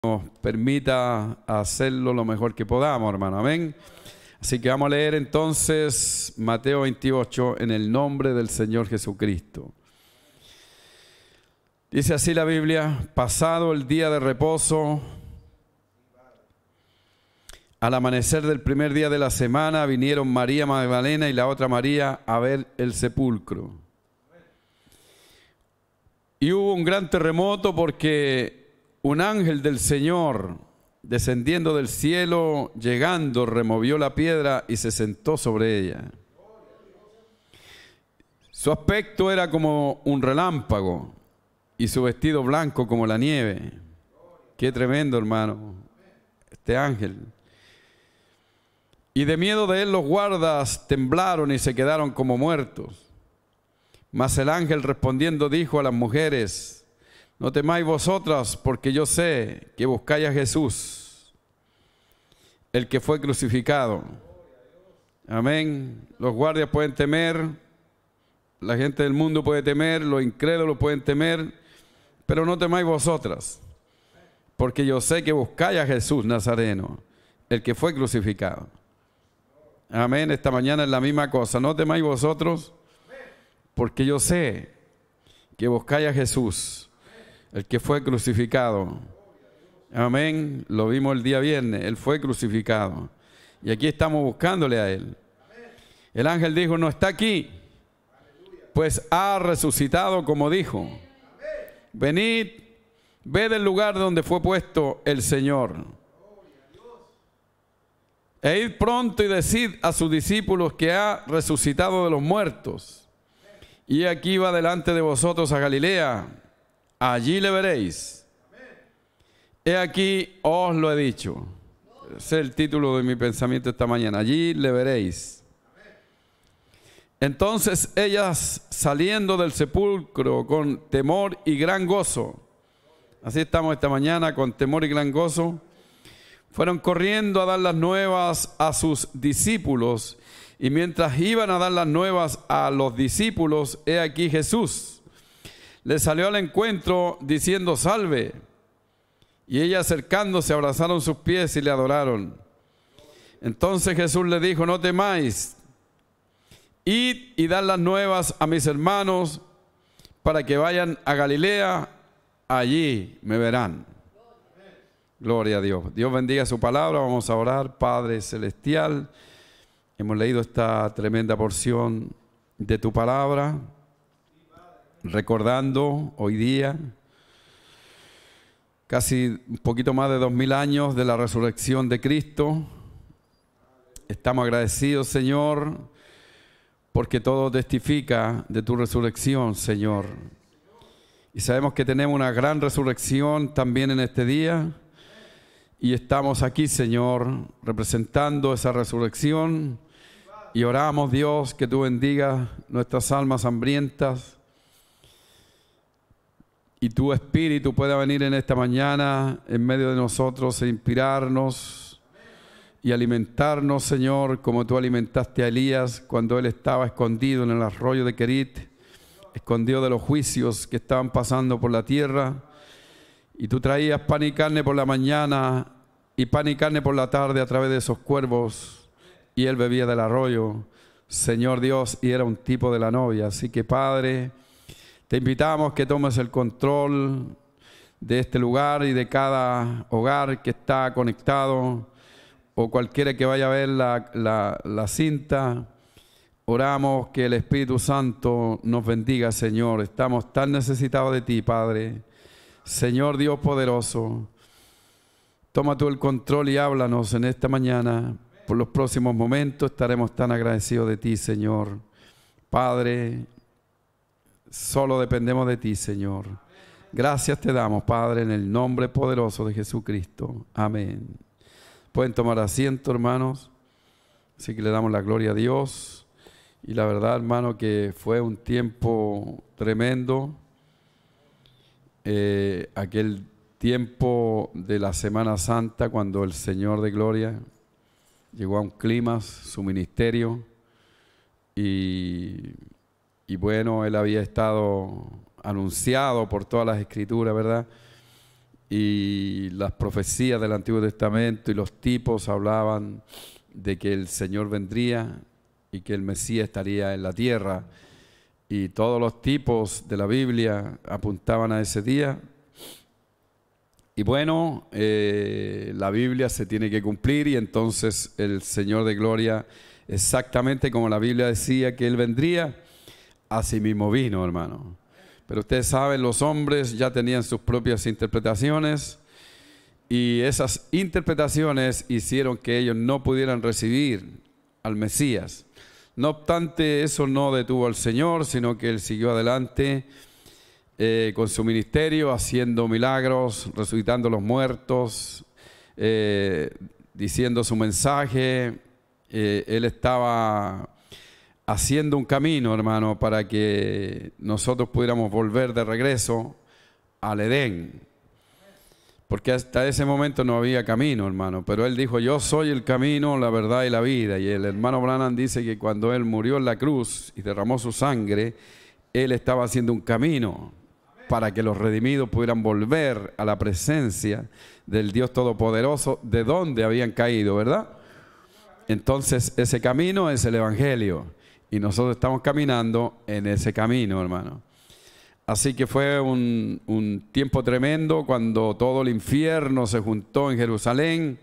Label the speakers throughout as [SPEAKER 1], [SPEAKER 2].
[SPEAKER 1] nos permita hacerlo lo mejor que podamos, hermano. Amén. Así que vamos a leer entonces Mateo 28 en el nombre del Señor Jesucristo. Dice así la Biblia: pasado el día de reposo, al amanecer del primer día de la semana, vinieron María Magdalena y la otra María a ver el sepulcro. Y hubo un gran terremoto porque un ángel del Señor, descendiendo del cielo, llegando, removió la piedra y se sentó sobre ella. Su aspecto era como un relámpago y su vestido blanco como la nieve. Qué tremendo, hermano, este ángel. Y de miedo de él los guardas temblaron y se quedaron como muertos. Mas el ángel respondiendo dijo a las mujeres: no temáis vosotras, porque yo sé que buscáis a Jesús, el que fue crucificado. Amén. Los guardias pueden temer, la gente del mundo puede temer, los incrédulos pueden temer, pero no temáis vosotras, porque yo sé que buscáis a Jesús Nazareno, el que fue crucificado. Amén. Esta mañana es la misma cosa. No temáis vosotros, porque yo sé que buscáis a Jesús, el que fue crucificado. Amén. Lo vimos el día viernes. Él fue crucificado. Y aquí estamos buscándole a Él. El ángel dijo: no está aquí, pues ha resucitado como dijo. Venid, ved el lugar donde fue puesto el Señor. E id pronto y decid a sus discípulos que ha resucitado de los muertos. Y aquí va delante de vosotros a Galilea. Allí le veréis. He aquí os lo he dicho. Ese es el título de mi pensamiento esta mañana. Allí le veréis. Entonces ellas, saliendo del sepulcro con temor y gran gozo, así estamos esta mañana, con temor y gran gozo, fueron corriendo a dar las nuevas a sus discípulos. Y mientras iban a dar las nuevas a los discípulos, he aquí Jesús les salió al encuentro diciendo: salve. Y ellas, acercándose, abrazaron sus pies y le adoraron. Entonces Jesús les dijo: no temáis, id y dad las nuevas a mis hermanos para que vayan a Galilea, allí me verán. Gloria a Dios. Dios bendiga su palabra. Vamos a orar. Padre celestial, hemos leído esta tremenda porción de tu palabra, recordando hoy día casi un poquito más de 2000 años de la resurrección de Cristo. Estamos agradecidos, Señor, porque todo testifica de tu resurrección, Señor. Y sabemos que tenemos una gran resurrección también en este día. Y estamos aquí, Señor, representando esa resurrección. Y oramos, Dios, que tú bendigas nuestras almas hambrientas. Y tu Espíritu pueda venir en esta mañana en medio de nosotros e inspirarnos y alimentarnos, Señor, como tú alimentaste a Elías cuando él estaba escondido en el arroyo de Querit, escondido de los juicios que estaban pasando por la tierra. Y tú traías pan y carne por la mañana y pan y carne por la tarde a través de esos cuervos, y él bebía del arroyo, Señor Dios, y era un tipo de la novia. Así que, Padre, te invitamos que tomes el control de este lugar y de cada hogar que está conectado, o cualquiera que vaya a ver la cinta. Oramos que el Espíritu Santo nos bendiga, Señor. Estamos tan necesitados de ti, Padre. Señor Dios poderoso, toma tú el control y háblanos en esta mañana. Por los próximos momentos estaremos tan agradecidos de ti, Señor. Padre, solo dependemos de ti, Señor. Gracias te damos, Padre, en el nombre poderoso de Jesucristo. Amén. Pueden tomar asiento, hermanos. Así que le damos la gloria a Dios. Y la verdad, hermano, que fue un tiempo tremendo. Aquel tiempo de la Semana Santa, cuando el Señor de Gloria llegó a un clímax, su ministerio, y bueno, él había estado anunciado por todas las escrituras, ¿verdad? y las profecías del Antiguo Testamento y los tipos hablaban de que el Señor vendría y que el Mesías estaría en la tierra. Y todos los tipos de la Biblia apuntaban a ese día. Y bueno, la Biblia se tiene que cumplir y entonces el Señor de Gloria, exactamente como la Biblia decía que Él vendría, así mismo vino, hermano. Pero ustedes saben, los hombres ya tenían sus propias interpretaciones y esas interpretaciones hicieron que ellos no pudieran recibir al Mesías. No obstante, eso no detuvo al Señor, sino que Él siguió adelante con su ministerio, haciendo milagros, resucitando los muertos, diciendo su mensaje. Él estaba haciendo un camino, hermano, para que nosotros pudiéramos volver de regreso al Edén. Porque hasta ese momento no había camino, hermano. Pero Él dijo, yo soy el camino, la verdad y la vida. Y el hermano Branham dice que cuando Él murió en la cruz y derramó su sangre, Él estaba haciendo un camino para que los redimidos pudieran volver a la presencia del Dios Todopoderoso, de donde habían caído, ¿verdad? Entonces, ese camino es el Evangelio. Y nosotros estamos caminando en ese camino, hermano. Así que fue un tiempo tremendo cuando todo el infierno se juntó en Jerusalén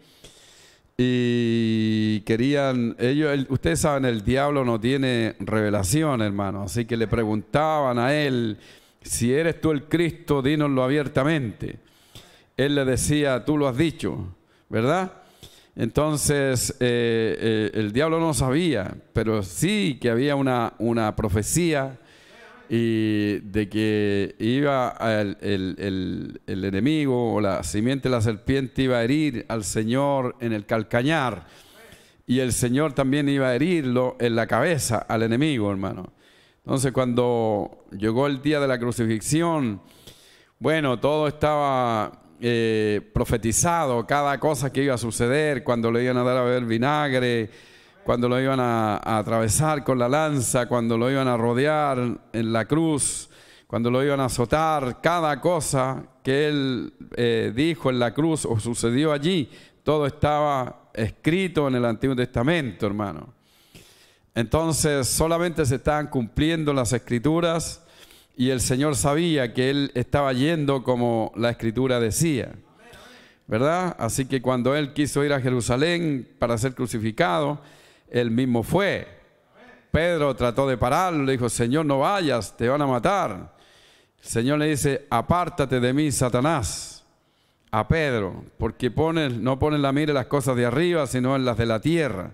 [SPEAKER 1] y querían, ustedes saben, el diablo no tiene revelación, hermano, así que le preguntaban a él, si eres tú el Cristo, dínoslo abiertamente. Él le decía, tú lo has dicho, ¿verdad? Entonces el diablo no sabía, pero sí que había una profecía y de que iba el enemigo o la simiente de la serpiente iba a herir al Señor en el calcañar y el Señor también iba a herirlo en la cabeza al enemigo, hermano. Entonces cuando llegó el día de la crucifixión, bueno, todo estaba profetizado, cada cosa que iba a suceder, cuando le iban a dar a beber vinagre, cuando lo iban a atravesar con la lanza, cuando lo iban a rodear en la cruz, cuando lo iban a azotar, cada cosa que Él dijo en la cruz o sucedió allí, todo estaba escrito en el Antiguo Testamento, hermano. Entonces solamente se estaban cumpliendo las Escrituras y el Señor sabía que Él estaba yendo como la Escritura decía, ¿verdad? Así que cuando Él quiso ir a Jerusalén para ser crucificado, Él mismo fue. Pedro trató de pararlo, le dijo, Señor, no vayas, te van a matar. El Señor le dice, apártate de mí, Satanás, a Pedro, porque no pones la mira en las cosas de arriba, sino en las de la tierra.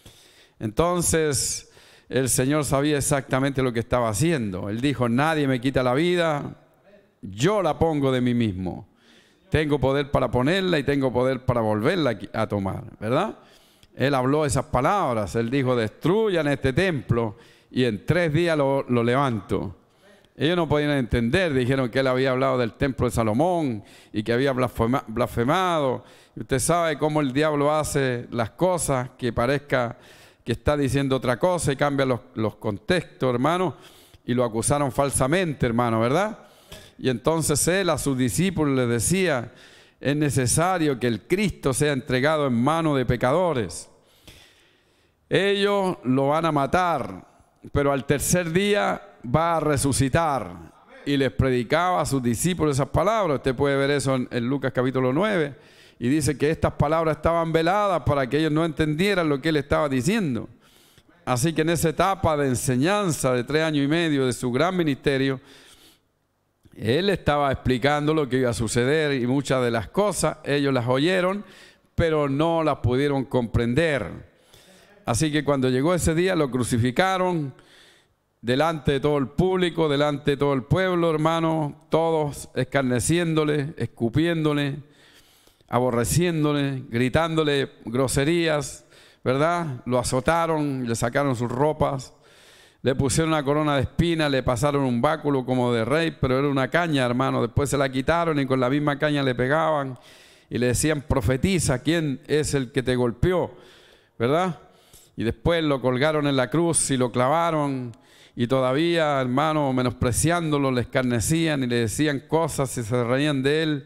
[SPEAKER 1] Entonces, el Señor sabía exactamente lo que estaba haciendo. Él dijo, nadie me quita la vida, yo la pongo de mí mismo. Tengo poder para ponerla y tengo poder para volverla a tomar, ¿verdad? Él habló esas palabras, Él dijo, destruyan este templo y en 3 días lo levanto. Ellos no podían entender, dijeron que Él había hablado del templo de Salomón y que había blasfemado. Y usted sabe cómo el diablo hace las cosas, que parezca que está diciendo otra cosa y cambia los contextos, hermano, y lo acusaron falsamente, hermano, ¿verdad? Y entonces Él a sus discípulos les decía, es necesario que el Cristo sea entregado en manos de pecadores. Ellos lo van a matar, pero al tercer día va a resucitar. Y les predicaba a sus discípulos esas palabras. Usted puede ver eso en Lucas capítulo 9. Y dice que estas palabras estaban veladas para que ellos no entendieran lo que Él estaba diciendo. Así que en esa etapa de enseñanza de 3 años y medio de su gran ministerio, Él estaba explicando lo que iba a suceder y muchas de las cosas ellos las oyeron, pero no las pudieron comprender. Así que cuando llegó ese día lo crucificaron delante de todo el público, delante de todo el pueblo, hermano, todos escarneciéndole, escupiéndole, aborreciéndole, gritándole groserías, ¿verdad? Lo azotaron, le sacaron sus ropas. Le pusieron una corona de espinas, le pasaron un báculo como de rey, pero era una caña, hermano. Después se la quitaron y con la misma caña le pegaban y le decían, profetiza, ¿quién es el que te golpeó? ¿Verdad? Y después lo colgaron en la cruz y lo clavaron y todavía, hermano, menospreciándolo, le escarnecían y le decían cosas y se reían de él.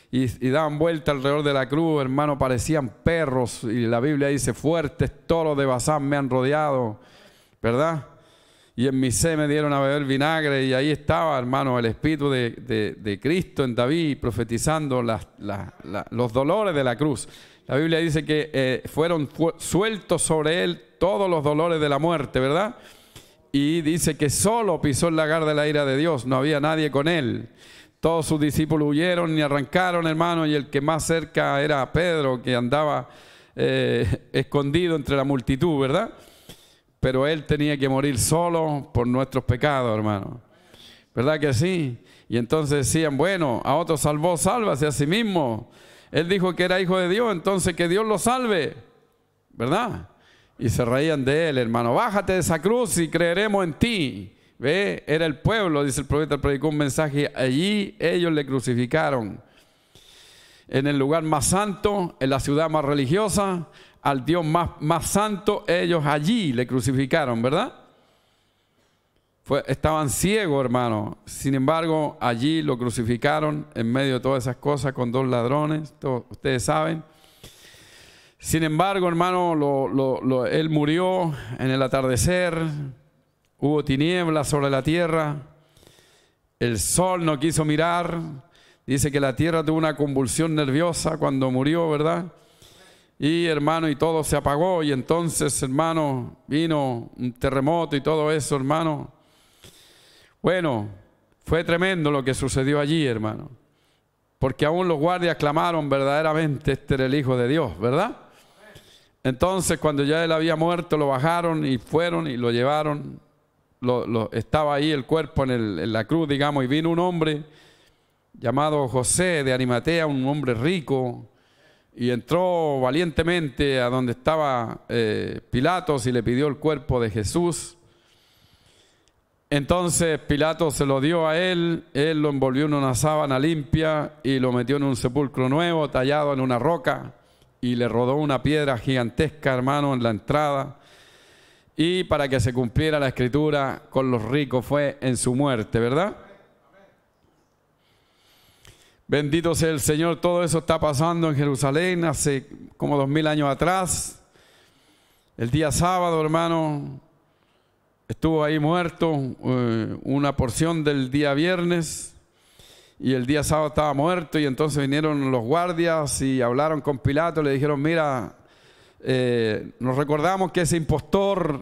[SPEAKER 1] y daban vuelta alrededor de la cruz, hermano, parecían perros. Y la Biblia dice, fuertes toros de Basán me han rodeado, ¿verdad? Y en mi sed me dieron a beber vinagre, y ahí estaba, hermano, el Espíritu de Cristo en David profetizando los dolores de la cruz. La Biblia dice que fueron sueltos sobre él todos los dolores de la muerte, ¿verdad? Y dice que solo pisó el lagar de la ira de Dios, no había nadie con él. Todos sus discípulos huyeron y arrancaron, hermano, y el que más cerca era Pedro, que andaba escondido entre la multitud, ¿verdad? Pero él tenía que morir solo por nuestros pecados, hermano. ¿Verdad que sí? Y entonces decían, bueno, a otro salvó, sálvase a sí mismo. Él dijo que era hijo de Dios, entonces que Dios lo salve, ¿verdad? Y se reían de él, hermano. Bájate de esa cruz y creeremos en ti. ¿Ve? Era el pueblo, dice el profeta, predicó un mensaje. Allí ellos le crucificaron. En el lugar más santo, en la ciudad más religiosa, al Dios más santo, ellos allí le crucificaron, ¿verdad? Estaban ciegos, hermano. Sin embargo, allí lo crucificaron en medio de todas esas cosas con dos ladrones, ustedes saben. Sin embargo, hermano, él murió en el atardecer. Hubo tinieblas sobre la tierra. El sol no quiso mirar. Dice que la tierra tuvo una convulsión nerviosa cuando murió, ¿verdad? Y hermano, y todo se apagó. Y entonces, hermano, vino un terremoto y todo eso, hermano. Bueno, fue tremendo lo que sucedió allí, hermano. Porque aún los guardias clamaron, verdaderamente este era el Hijo de Dios, ¿verdad? Entonces, cuando ya él había muerto, lo bajaron y fueron y lo llevaron. Estaba ahí el cuerpo en la cruz, digamos, y vino un hombre llamado José de Arimatea, un hombre rico, y entró valientemente a donde estaba Pilatos y le pidió el cuerpo de Jesús. Entonces Pilatos se lo dio a él lo envolvió en una sábana limpia y lo metió en un sepulcro nuevo, tallado en una roca, y le rodó una piedra gigantesca, hermano, en la entrada. Y para que se cumpliera la escritura, con los ricos fue en su muerte, ¿verdad? Bendito sea el Señor. Todo eso está pasando en Jerusalén hace como 2000 años atrás. El día sábado, hermano, estuvo ahí muerto una porción del día viernes, y el día sábado estaba muerto, y entonces vinieron los guardias y hablaron con Pilato, le dijeron, mira, nos recordamos que ese impostor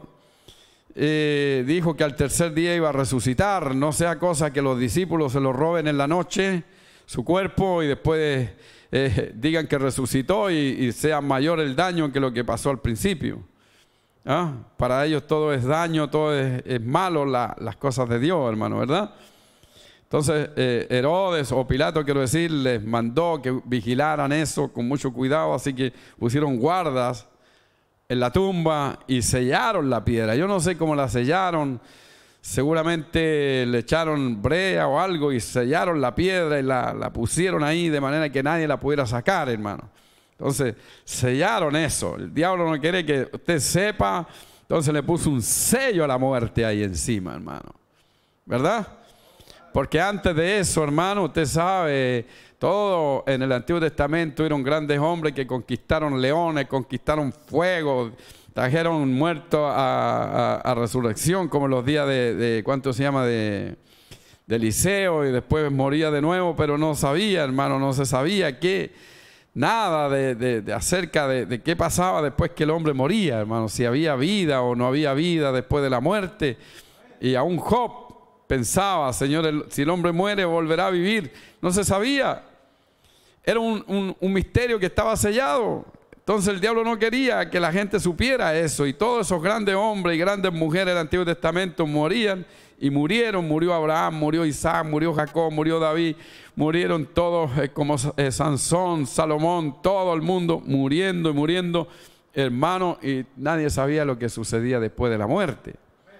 [SPEAKER 1] dijo que al tercer día iba a resucitar, no sea cosa que los discípulos se lo roben en la noche, su cuerpo, y después digan que resucitó y sea mayor el daño que lo que pasó al principio. ¿Ah? Para ellos todo es daño, todo es malo, las cosas de Dios, hermano, ¿verdad? Entonces Herodes o Pilato, quiero decir, les mandó que vigilaran eso con mucho cuidado, así que pusieron guardas en la tumba y sellaron la piedra. Yo no sé cómo la sellaron, seguramente le echaron brea o algo y sellaron la piedra y la pusieron ahí de manera que nadie la pudiera sacar, hermano. Entonces sellaron eso. El diablo no quiere que usted sepa, entonces le puso un sello a la muerte ahí encima, hermano, ¿verdad? Porque antes de eso, hermano, usted sabe, todo en el Antiguo Testamento eran grandes hombres que conquistaron leones, conquistaron fuego, trajeron muertos a resurrección, como los días ¿cuánto se llama? De Eliseo, y después moría de nuevo, pero no sabía, hermano, no se sabía nada acerca de qué pasaba después que el hombre moría, hermano, si había vida o no había vida después de la muerte. Y aún Job pensaba, Señor, si el hombre muere, volverá a vivir. No se sabía. Era un misterio que estaba sellado. Entonces el diablo no quería que la gente supiera eso. Y todos esos grandes hombres y grandes mujeres del Antiguo Testamento morían y murieron. Murió Abraham, murió Isaac, murió Jacob, murió David. Murieron todos como Sansón, Salomón, todo el mundo muriendo y muriendo, hermano. Y nadie sabía lo que sucedía después de la muerte.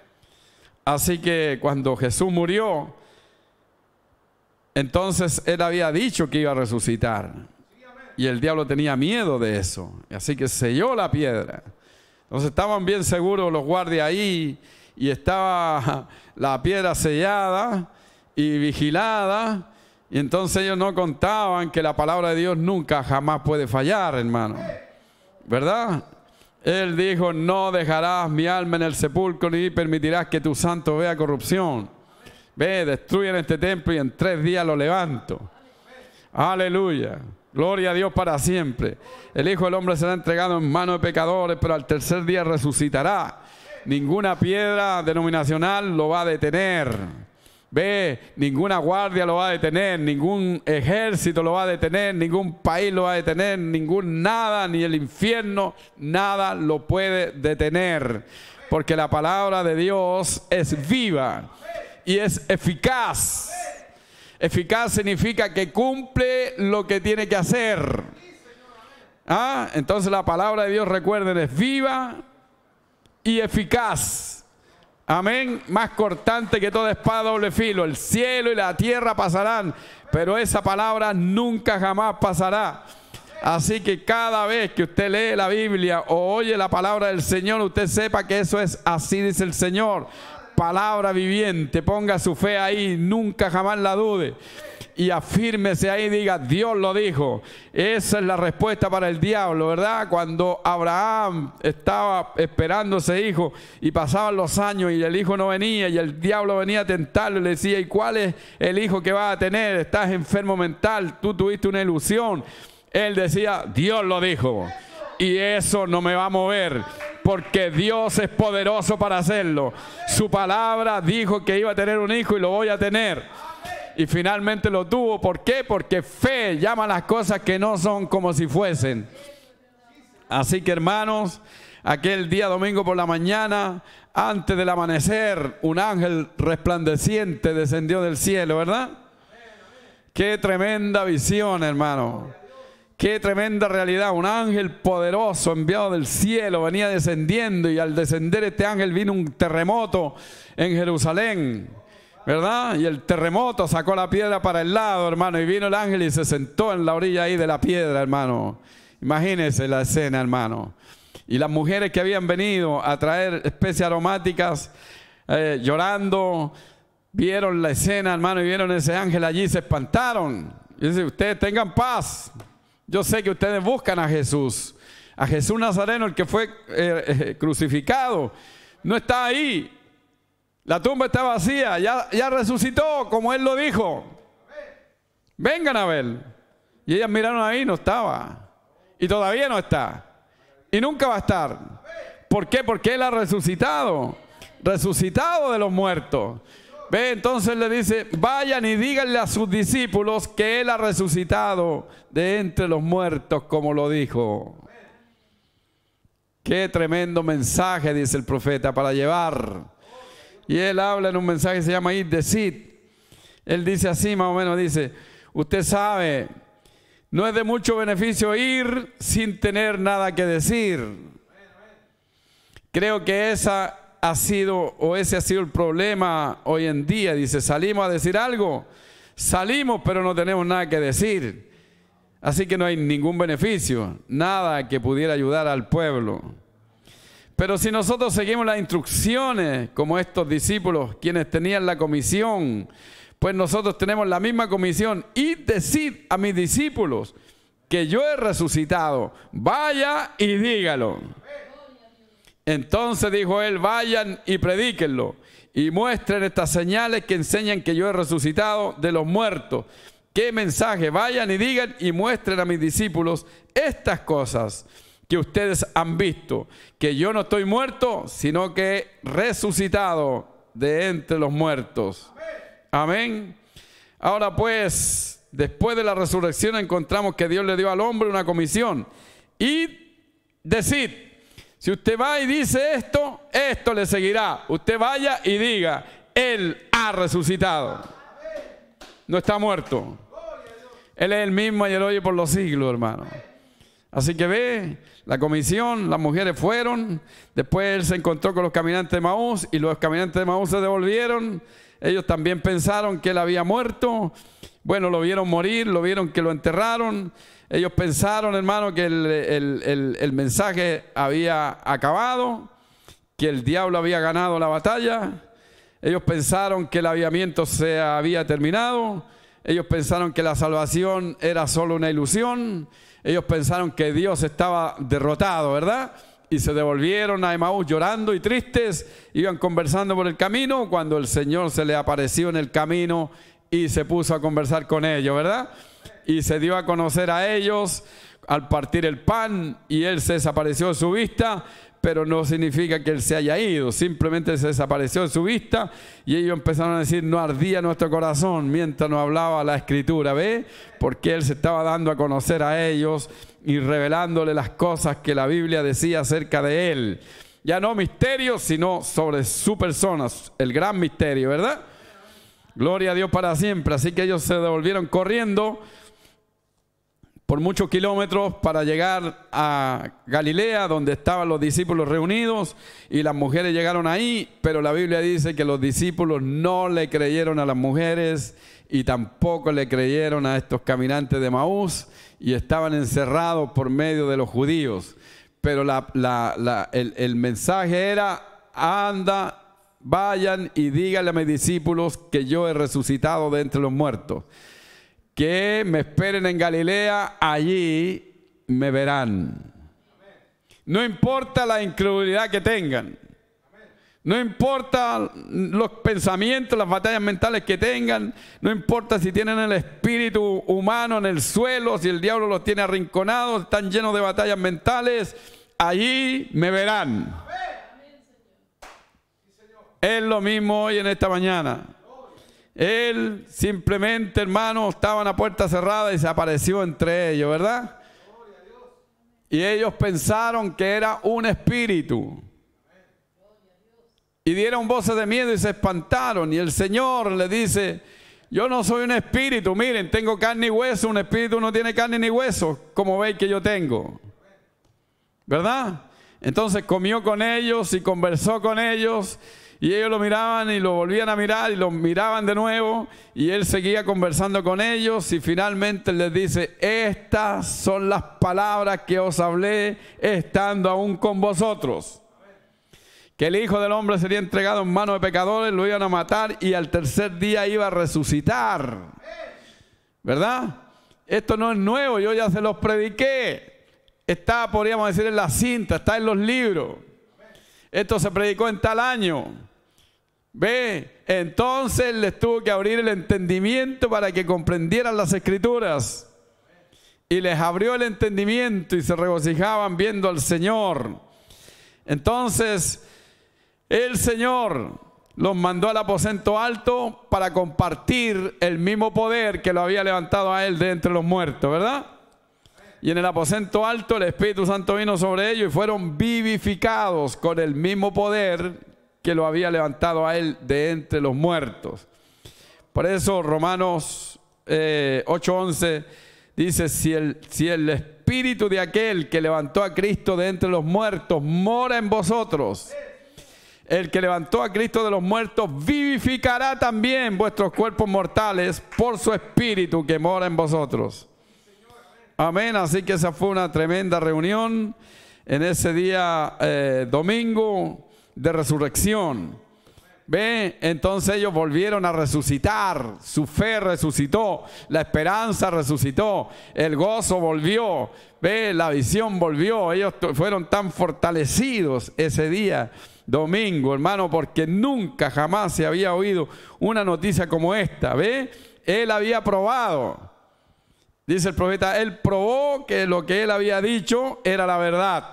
[SPEAKER 1] Así que cuando Jesús murió, entonces él había dicho que iba a resucitar. Y el diablo tenía miedo de eso. Así que selló la piedra. Entonces estaban bien seguros los guardias ahí. Y estaba la piedra sellada y vigilada. Y entonces ellos no contaban que la palabra de Dios nunca, jamás puede fallar, hermano. ¿Verdad? Él dijo, no dejarás mi alma en el sepulcro ni permitirás que tu santo vea corrupción. Ve, destruyen este templo y en 3 días lo levanto. Aleluya. Gloria a Dios para siempre. El Hijo del Hombre será entregado en manos de pecadores, pero al tercer día resucitará. Ninguna piedra denominacional lo va a detener. Ve, ninguna guardia lo va a detener, ningún ejército lo va a detener, ningún país lo va a detener, ningún nada, ni el infierno, nada lo puede detener. Porque la palabra de Dios es viva y es eficaz. Eficaz significa que cumple lo que tiene que hacer. ¿Ah? Entonces la palabra de Dios, recuerden, es viva y eficaz. Amén. Más cortante que toda espada de doble filo. El cielo y la tierra pasarán, pero esa palabra nunca jamás pasará. Así que cada vez que usted lee la Biblia o oye la palabra del Señor, usted sepa que eso es así, dice el Señor. Palabra viviente, ponga su fe ahí, nunca jamás la dude. Y afírmese ahí y diga, Dios lo dijo. Esa es la respuesta para el diablo, ¿verdad? Cuando Abraham estaba esperando ese hijo y pasaban los años y el hijo no venía y el diablo venía a tentarlo y le decía, ¿y cuál es el hijo que vas a tener? Estás enfermo mental, tú tuviste una ilusión. Él decía, Dios lo dijo. Y eso no me va a mover, porque Dios es poderoso para hacerlo. Su palabra dijo que iba a tener un hijo y lo voy a tener. Y finalmente lo tuvo. ¿Por qué? Porque fe llama las cosas que no son como si fuesen. Así que, hermanos, aquel día domingo por la mañana, antes del amanecer, un ángel resplandeciente descendió del cielo, ¿verdad? Qué tremenda visión, hermano. Qué tremenda realidad. Un ángel poderoso enviado del cielo venía descendiendo, y al descender este ángel vino un terremoto en Jerusalén, ¿verdad? Y el terremoto sacó la piedra para el lado, hermano, y vino el ángel y se sentó en la orilla ahí de la piedra, hermano. Imagínense la escena, hermano. Y las mujeres que habían venido a traer especies aromáticas, llorando, vieron la escena, hermano, y vieron ese ángel allí y se espantaron. Y dice, ustedes tengan paz. Yo sé que ustedes buscan a Jesús Nazareno, el que fue crucificado. No está ahí. La tumba está vacía, ya resucitó, como Él lo dijo. Vengan a ver. Y ellas miraron ahí, no estaba. Y todavía no está. Y nunca va a estar. ¿Por qué? Porque Él ha resucitado. Resucitado de los muertos. Ve, entonces le dice, vayan y díganle a sus discípulos que Él ha resucitado de entre los muertos, como lo dijo. Qué tremendo mensaje, dice el profeta, para llevar. Y él habla en un mensaje que se llama Ir, decid. Él dice así, más o menos, dice, usted sabe, no es de mucho beneficio ir sin tener nada que decir. Creo que ese ha sido el problema hoy en día. Dice, salimos a decir algo, salimos pero no tenemos nada que decir. Así que no hay ningún beneficio, nada que pudiera ayudar al pueblo. Pero si nosotros seguimos las instrucciones, como estos discípulos, quienes tenían la comisión, pues nosotros tenemos la misma comisión. Y decid a mis discípulos que yo he resucitado, vaya y dígalo. Entonces dijo él, vayan y predíquenlo y muestren estas señales que enseñan que yo he resucitado de los muertos. ¿Qué mensaje? Vayan y digan y muestren a mis discípulos estas cosas que ustedes han visto, que yo no estoy muerto, sino que he resucitado de entre los muertos. Amén. Ahora pues, después de la resurrección encontramos que Dios le dio al hombre una comisión. Y decid, si usted va y dice esto, esto le seguirá. Usted vaya y diga, Él ha resucitado. No está muerto. Él es el mismo ayer, hoy y por los siglos, hermano. Así que ve, la comisión, las mujeres fueron, después él se encontró con los caminantes de Maús y los caminantes de Maús se devolvieron. Ellos también pensaron que él había muerto. Bueno, lo vieron morir, lo vieron que lo enterraron. Ellos pensaron, hermano, que el mensaje había acabado, que el diablo había ganado la batalla. Ellos pensaron que el avivamiento se había terminado. Ellos pensaron que la salvación era solo una ilusión. Ellos pensaron que Dios estaba derrotado, ¿verdad? Y se devolvieron a Emaús llorando y tristes. Iban conversando por el camino cuando el Señor se les apareció en el camino y se puso a conversar con ellos, ¿verdad? Y se dio a conocer a ellos al partir el pan, y Él se desapareció de su vista, pero no significa que Él se haya ido, simplemente se desapareció de su vista, y ellos empezaron a decir: no ardía nuestro corazón mientras nos hablaba la Escritura, ¿ve? Porque Él se estaba dando a conocer a ellos y revelándole las cosas que la Biblia decía acerca de Él. Ya no misterios, sino sobre su persona, el gran misterio, ¿verdad? Gloria a Dios para siempre. Así que ellos se devolvieron corriendo por muchos kilómetros para llegar a Galilea, donde estaban los discípulos reunidos, y las mujeres llegaron ahí, pero la Biblia dice que los discípulos no le creyeron a las mujeres y tampoco le creyeron a estos caminantes de Emaús, y estaban encerrados por medio de los judíos. Pero el mensaje era: anda, vayan y díganle a mis discípulos que yo he resucitado de entre los muertos, que me esperen en Galilea, allí me verán. No importa la incredulidad que tengan, no importa los pensamientos, las batallas mentales que tengan, no importa si tienen el espíritu humano en el suelo, si el diablo los tiene arrinconados, están llenos de batallas mentales, allí me verán. Es lo mismo hoy en esta mañana. Él simplemente, hermano, estaban a puerta cerrada y se apareció entre ellos, ¿verdad? Y ellos pensaron que era un espíritu. Y dieron voces de miedo y se espantaron. Y el Señor le dice: yo no soy un espíritu, miren, tengo carne y hueso. Un espíritu no tiene carne ni hueso, como veis que yo tengo, ¿verdad? Entonces comió con ellos y conversó con ellos. Y ellos lo miraban y lo volvían a mirar y lo miraban de nuevo, y Él seguía conversando con ellos, y finalmente les dice: estas son las palabras que os hablé estando aún con vosotros, que el Hijo del Hombre sería entregado en manos de pecadores, lo iban a matar y al tercer día iba a resucitar, ¿verdad? Esto no es nuevo, yo ya se los prediqué, está, podríamos decir, en la cinta, está en los libros. Esto se predicó en tal año. Ve, entonces les tuvo que abrir el entendimiento para que comprendieran las Escrituras. Y les abrió el entendimiento y se regocijaban viendo al Señor. Entonces, el Señor los mandó al aposento alto para compartir el mismo poder que lo había levantado a Él de entre los muertos, ¿verdad? Y en el aposento alto el Espíritu Santo vino sobre ellos y fueron vivificados con el mismo poder que lo había levantado a Él de entre los muertos. Por eso Romanos 8:11 dice: si el Espíritu de aquel que levantó a Cristo de entre los muertos mora en vosotros, el que levantó a Cristo de los muertos vivificará también vuestros cuerpos mortales por su Espíritu que mora en vosotros. Amén. Así que esa fue una tremenda reunión en ese día domingo de resurrección. ¿Ve? Entonces ellos volvieron a resucitar, su fe resucitó, la esperanza resucitó, el gozo volvió, ¿ve? La visión volvió. Ellos fueron tan fortalecidos ese día domingo, hermano, porque nunca jamás se había oído una noticia como esta. ¿Ve? Él había probado. Dice el profeta: él probó que lo que él había dicho era la verdad.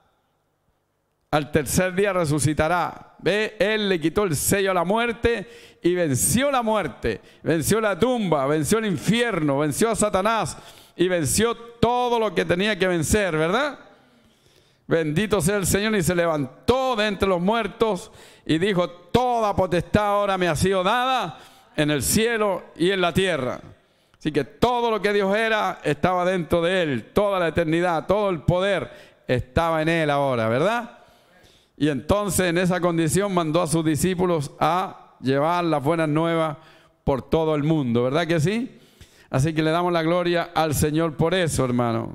[SPEAKER 1] Al tercer día resucitará. ¿Ve? Él le quitó el sello a la muerte y venció la muerte, venció la tumba, venció el infierno, venció a Satanás y venció todo lo que tenía que vencer, ¿verdad? Bendito sea el Señor. Y se levantó de entre los muertos y dijo: toda potestad ahora me ha sido dada en el cielo y en la tierra. Así que todo lo que Dios era estaba dentro de Él, toda la eternidad, todo el poder estaba en Él ahora, ¿verdad? Y entonces en esa condición mandó a sus discípulos a llevar las buenas nuevas por todo el mundo, ¿verdad que sí? Así que le damos la gloria al Señor por eso, hermano.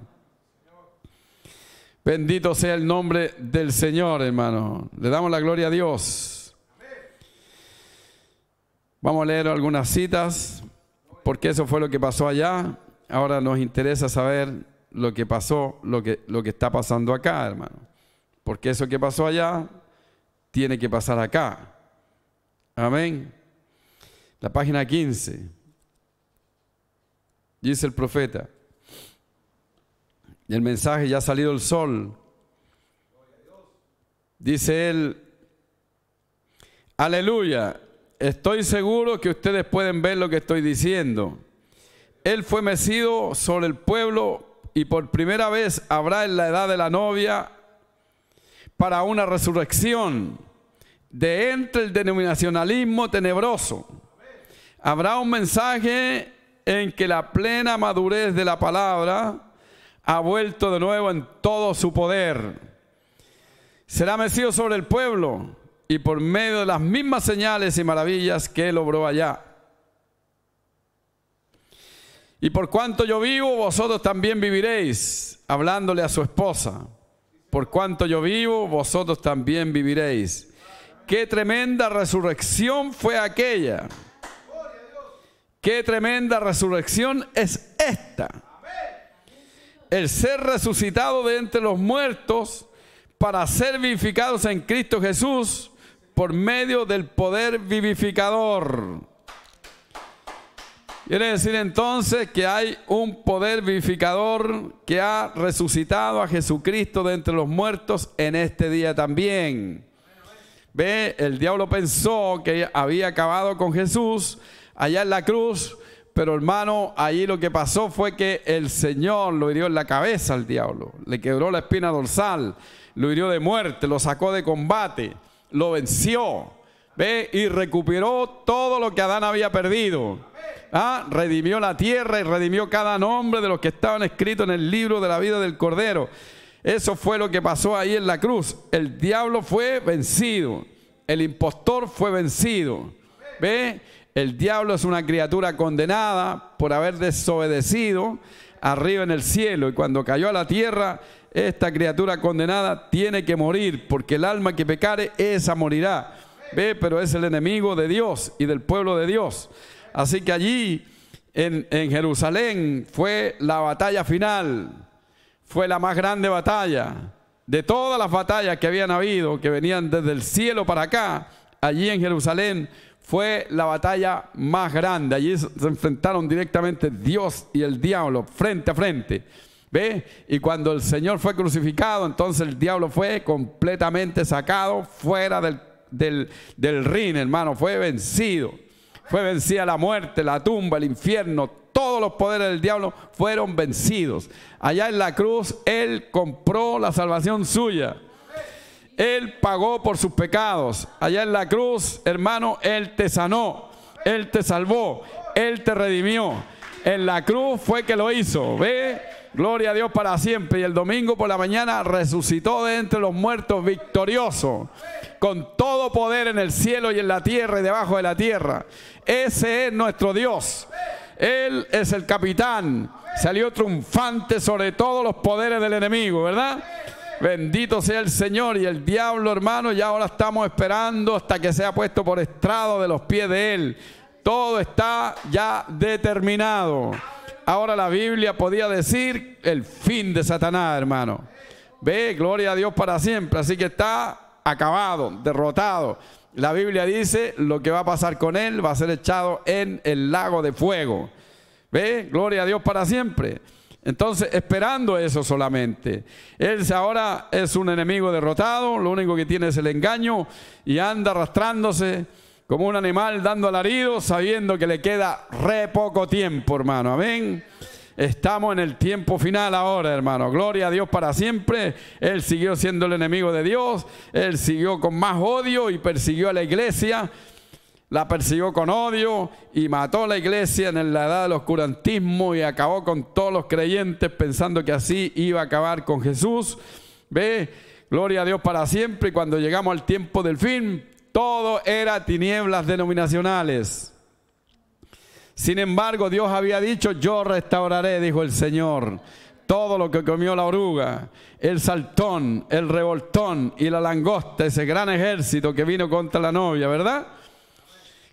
[SPEAKER 1] Bendito sea el nombre del Señor, hermano. Le damos la gloria a Dios. Vamos a leer algunas citas. porque eso fue lo que pasó allá. Ahora nos interesa saber lo que pasó, lo que está pasando acá, hermano. Porque eso que pasó allá tiene que pasar acá. Amén. La página 15. Dice el profeta. Y el mensaje: ya ha salido el sol. Dice él: aleluya, estoy seguro que ustedes pueden ver lo que estoy diciendo. Él fue mecido sobre el pueblo y por primera vez habrá en la edad de la novia para una resurrección de entre el denominacionalismo tenebroso. Habrá un mensaje en que la plena madurez de la palabra ha vuelto de nuevo en todo su poder. Será mecido sobre el pueblo y por medio de las mismas señales y maravillas que él obró allá. Y por cuanto yo vivo, vosotros también viviréis, hablándole a su esposa. Por cuanto yo vivo, vosotros también viviréis. Qué tremenda resurrección fue aquella. Qué tremenda resurrección es esta. El ser resucitado de entre los muertos para ser vivificados en Cristo Jesús por medio del poder vivificador. Quiere decir entonces que hay un poder vivificador que ha resucitado a Jesucristo de entre los muertos en este día también. Ve, el diablo pensó que había acabado con Jesús allá en la cruz, pero hermano, allí lo que pasó fue que el Señor lo hirió en la cabeza al diablo, le quebró la espina dorsal, lo hirió de muerte, lo sacó de combate, lo venció, ve, y recuperó todo lo que Adán había perdido. Redimió la tierra y redimió cada nombre de los que estaban escritos en el libro de la vida del Cordero. Eso fue lo que pasó ahí en la cruz. El diablo fue vencido, el impostor fue vencido. ¿Ve? El diablo es una criatura condenada por haber desobedecido arriba en el cielo, y cuando cayó a la tierra, esta criatura condenada tiene que morir, porque el alma que pecare, esa morirá. ¿Ve? Pero es el enemigo de Dios y del pueblo de Dios. Así que allí en Jerusalén fue la batalla final, fue la más grande batalla de todas las batallas que habían habido, que venían desde el cielo para acá. Allí en Jerusalén fue la batalla más grande. Allí se enfrentaron directamente Dios y el diablo frente a frente. ¿Ve? Y cuando el Señor fue crucificado, entonces el diablo fue completamente sacado fuera del ring, hermano. Fue vencido. Fue vencida la muerte, la tumba, el infierno. Todos los poderes del diablo fueron vencidos. Allá en la cruz, Él compró la salvación suya. Él pagó por sus pecados. Allá en la cruz, hermano, Él te sanó, Él te salvó, Él te redimió. En la cruz fue que lo hizo. ¿Ve? Gloria a Dios para siempre. Y el domingo por la mañana resucitó de entre los muertos victorioso, con todo poder en el cielo y en la tierra y debajo de la tierra. Ese es nuestro Dios. Él es el capitán. Salió triunfante sobre todos los poderes del enemigo, ¿verdad? Bendito sea el Señor. Y el diablo, hermano, ya ahora estamos esperando hasta que sea puesto por estrado de los pies de Él. Todo está ya determinado. Ahora la Biblia podía decir el fin de Satanás, hermano. Ve, gloria a Dios para siempre. Así que está acabado, derrotado. La Biblia dice lo que va a pasar con él: va a ser echado en el lago de fuego. Ve, gloria a Dios para siempre. Entonces, esperando eso solamente. Él ahora es un enemigo derrotado, lo único que tiene es el engaño, y anda arrastrándose como un animal dando alaridos, sabiendo que le queda re poco tiempo, hermano. Amén. Estamos en el tiempo final ahora, hermano. Gloria a Dios para siempre. Él siguió siendo el enemigo de Dios. Él siguió con más odio y persiguió a la iglesia. La persiguió con odio y mató a la iglesia en la edad del oscurantismo y acabó con todos los creyentes, pensando que así iba a acabar con Jesús. Ve, gloria a Dios para siempre. Y cuando llegamos al tiempo del fin, todo era tinieblas denominacionales. Sin embargo, Dios había dicho: yo restauraré, dijo el Señor, todo lo que comió la oruga, el saltón, el revoltón y la langosta, ese gran ejército que vino contra la novia, ¿verdad?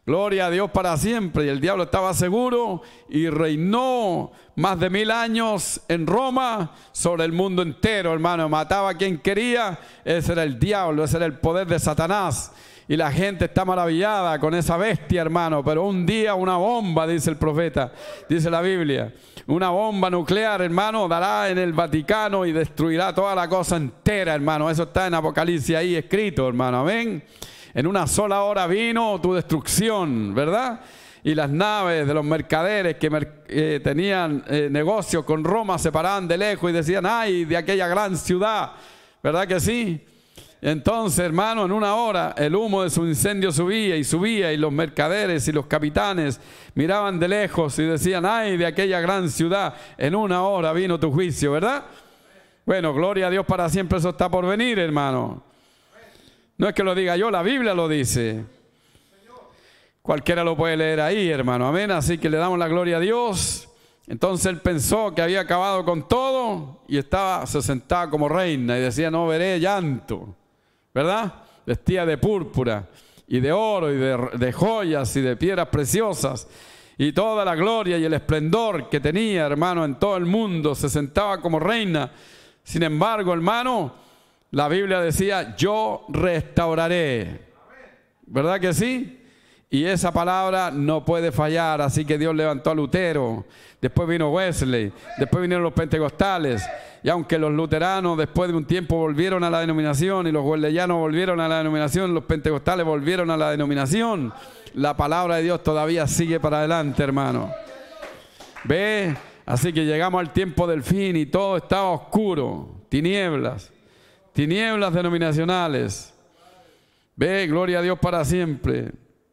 [SPEAKER 1] Gloria a Dios para siempre. Y el diablo estaba seguro y reinó más de 1000 años en Roma sobre el mundo entero, hermano. Mataba a quien quería. Ese era el diablo, ese era el poder de Satanás. Y la gente está maravillada con esa bestia, hermano. Pero un día una bomba, dice el profeta, dice la Biblia, una bomba nuclear, hermano, dará en el Vaticano y destruirá toda la cosa entera, hermano. Eso está en Apocalipsis ahí escrito, hermano. Amén. En una sola hora vino tu destrucción, ¿verdad? Y las naves de los mercaderes que tenían negocios con Roma se paraban de lejos y decían, ¡ay, de aquella gran ciudad! ¿Verdad que sí? Entonces, hermano, en una hora el humo de su incendio subía y los mercaderes y los capitanes miraban de lejos y decían, ¡ay, de aquella gran ciudad! En una hora vino tu juicio, ¿verdad? Bueno, gloria a Dios para siempre, eso está por venir, hermano. No es que lo diga yo, la Biblia lo dice. Cualquiera lo puede leer ahí, hermano. Amén. Así que le damos la gloria a Dios. Entonces él pensó que había acabado con todo y se sentaba como reina y decía, no veré llanto, ¿verdad? Vestía de púrpura y de oro y de joyas y de piedras preciosas y toda la gloria y el esplendor que tenía, hermano, en todo el mundo. Se sentaba como reina. Sin embargo, hermano, la Biblia decía, yo restauraré. ¿Verdad que sí? Y esa palabra no puede fallar. Así que Dios levantó a Lutero. Después vino Wesley. Después vinieron los pentecostales. Y aunque los luteranos después de un tiempo volvieron a la denominación y los wesleyanos volvieron a la denominación, los pentecostales volvieron a la denominación, la palabra de Dios todavía sigue para adelante, hermano. ¿Ve? Así que llegamos al tiempo del fin y todo estaba oscuro. Tinieblas denominacionales. Ve, gloria a Dios para siempre.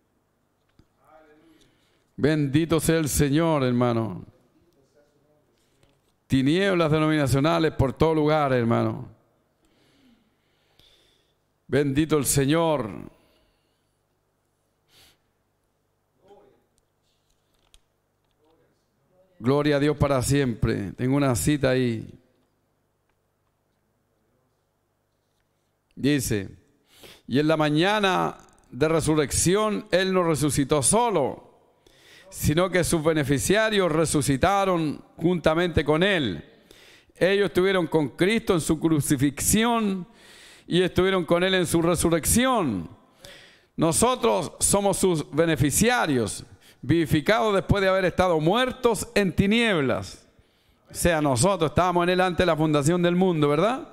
[SPEAKER 1] Bendito sea el Señor, hermano. Tinieblas denominacionales por todo lugar, hermano. Bendito el Señor. Gloria a Dios para siempre. Tengo una cita ahí. Dice, y en la mañana de resurrección Él no resucitó solo, sino que sus beneficiarios resucitaron juntamente con Él. Ellos estuvieron con Cristo en su crucifixión y estuvieron con Él en su resurrección. Nosotros somos sus beneficiarios, vivificados después de haber estado muertos en tinieblas. O sea, nosotros estábamos en Él antes de la fundación del mundo, ¿verdad?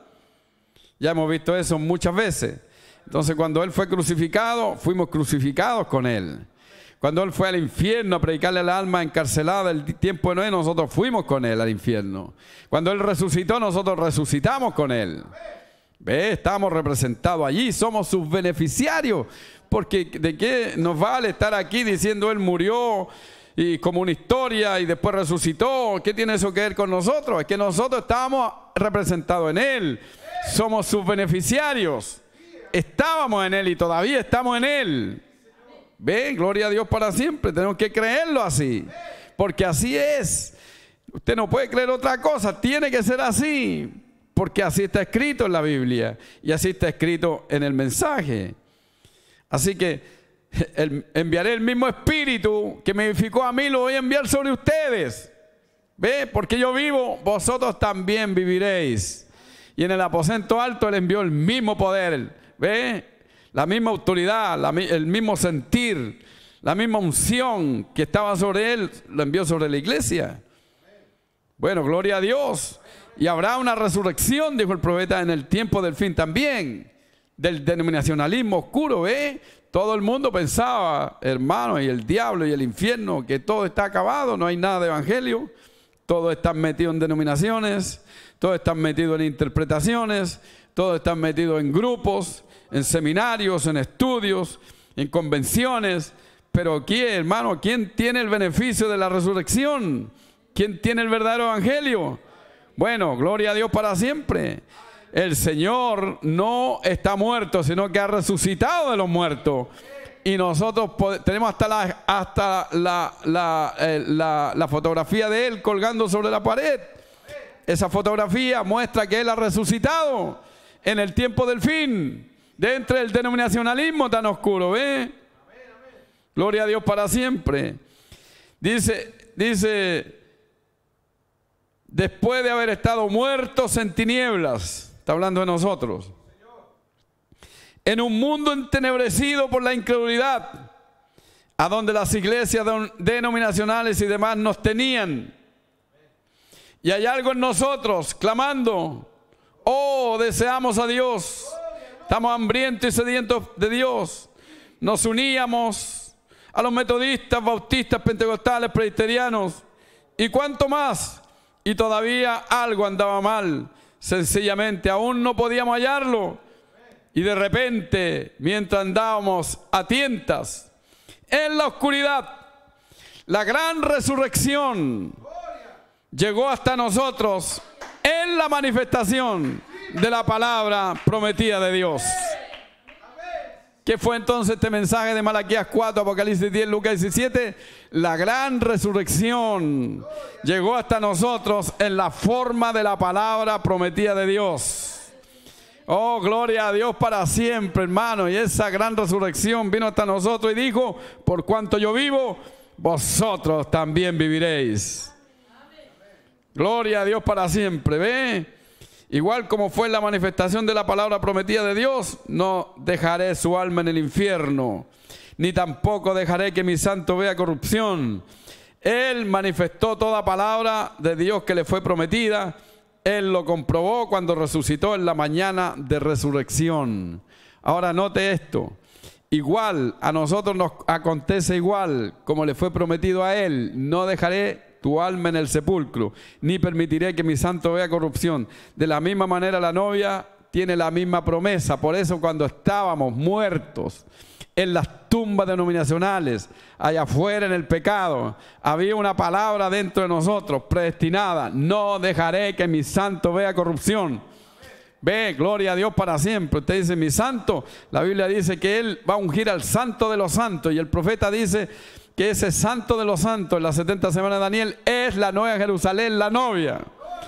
[SPEAKER 1] Ya hemos visto eso muchas veces. Entonces, cuando Él fue crucificado, fuimos crucificados con Él. Cuando Él fue al infierno a predicarle al alma encarcelada el tiempo de Noé, nosotros fuimos con Él al infierno. Cuando Él resucitó, nosotros resucitamos con Él. ¿Ve? Estamos representados allí, somos sus beneficiarios. Porque ¿de qué nos vale estar aquí diciendo Él murió y como una historia y después resucitó? ¿Qué tiene eso que ver con nosotros? Es que nosotros estábamos representados en Él. Somos sus beneficiarios. Estábamos en Él y todavía estamos en Él. Ven, gloria a Dios para siempre. Tenemos que creerlo así, porque así es. Usted no puede creer otra cosa. Tiene que ser así, porque así está escrito en la Biblia y así está escrito en el mensaje. Así que enviaré el mismo espíritu que me vivificó a mí, lo voy a enviar sobre ustedes. Ve, porque yo vivo, vosotros también viviréis. Y en el aposento alto Él envió el mismo poder, ¿ve? La misma autoridad, el mismo sentir, la misma unción que estaba sobre Él, lo envió sobre la iglesia. Bueno, gloria a Dios. Y habrá una resurrección, dijo el profeta, en el tiempo del fin también, del denominacionalismo oscuro, ¿ve? Todo el mundo pensaba, hermano, y el diablo y el infierno, que todo está acabado, no hay nada de evangelio, todos están metidos en denominaciones, todos están metidos en interpretaciones, todos están metidos en grupos, en seminarios, en estudios, en convenciones. Pero ¿quién, hermano? ¿Quién tiene el beneficio de la resurrección? ¿Quién tiene el verdadero evangelio? Bueno, gloria a Dios para siempre. El Señor no está muerto, sino que ha resucitado de los muertos. Y nosotros tenemos hasta la fotografía de Él colgando sobre la pared. Esa fotografía muestra que Él ha resucitado en el tiempo del fin, de entre el denominacionalismo tan oscuro, ¿ve? Gloria a Dios para siempre. Dice, después de haber estado muertos en tinieblas, está hablando de nosotros, en un mundo entenebrecido por la incredulidad, a donde las iglesias denominacionales y demás nos tenían. Y hay algo en nosotros clamando, oh, deseamos a Dios, estamos hambrientos y sedientos de Dios. Nos uníamos a los metodistas, bautistas, pentecostales, presbiterianos y cuánto más. Y todavía algo andaba mal, sencillamente aún no podíamos hallarlo. Y de repente, mientras andábamos a tientas en la oscuridad, la gran resurrección llegó hasta nosotros en la manifestación de la palabra prometida de Dios. ¿Qué fue entonces este mensaje de Malaquías 4, Apocalipsis 10, Lucas 17? La gran resurrección llegó hasta nosotros en la forma de la palabra prometida de Dios. Oh, gloria a Dios para siempre, hermano. Y esa gran resurrección vino hasta nosotros y dijo, por cuanto yo vivo, vosotros también viviréis. Gloria a Dios para siempre, ¿ve? Igual como fue la manifestación de la palabra prometida de Dios, no dejaré su alma en el infierno, ni tampoco dejaré que mi santo vea corrupción. Él manifestó toda palabra de Dios que le fue prometida. Él lo comprobó cuando resucitó en la mañana de resurrección. Ahora note esto. Igual a nosotros nos acontece igual como le fue prometido a Él. No dejaré tu alma en el sepulcro, ni permitiré que mi santo vea corrupción. De la misma manera la novia tiene la misma promesa. Por eso cuando estábamos muertos en las tumbas denominacionales, allá afuera en el pecado, había una palabra dentro de nosotros, predestinada: no dejaré que mi santo vea corrupción. Ve, gloria a Dios para siempre. Usted dice, mi santo, la Biblia dice que Él va a ungir al santo de los santos, y el profeta dice que ese santo de los santos en las 70 semanas de Daniel es la nueva Jerusalén, la novia.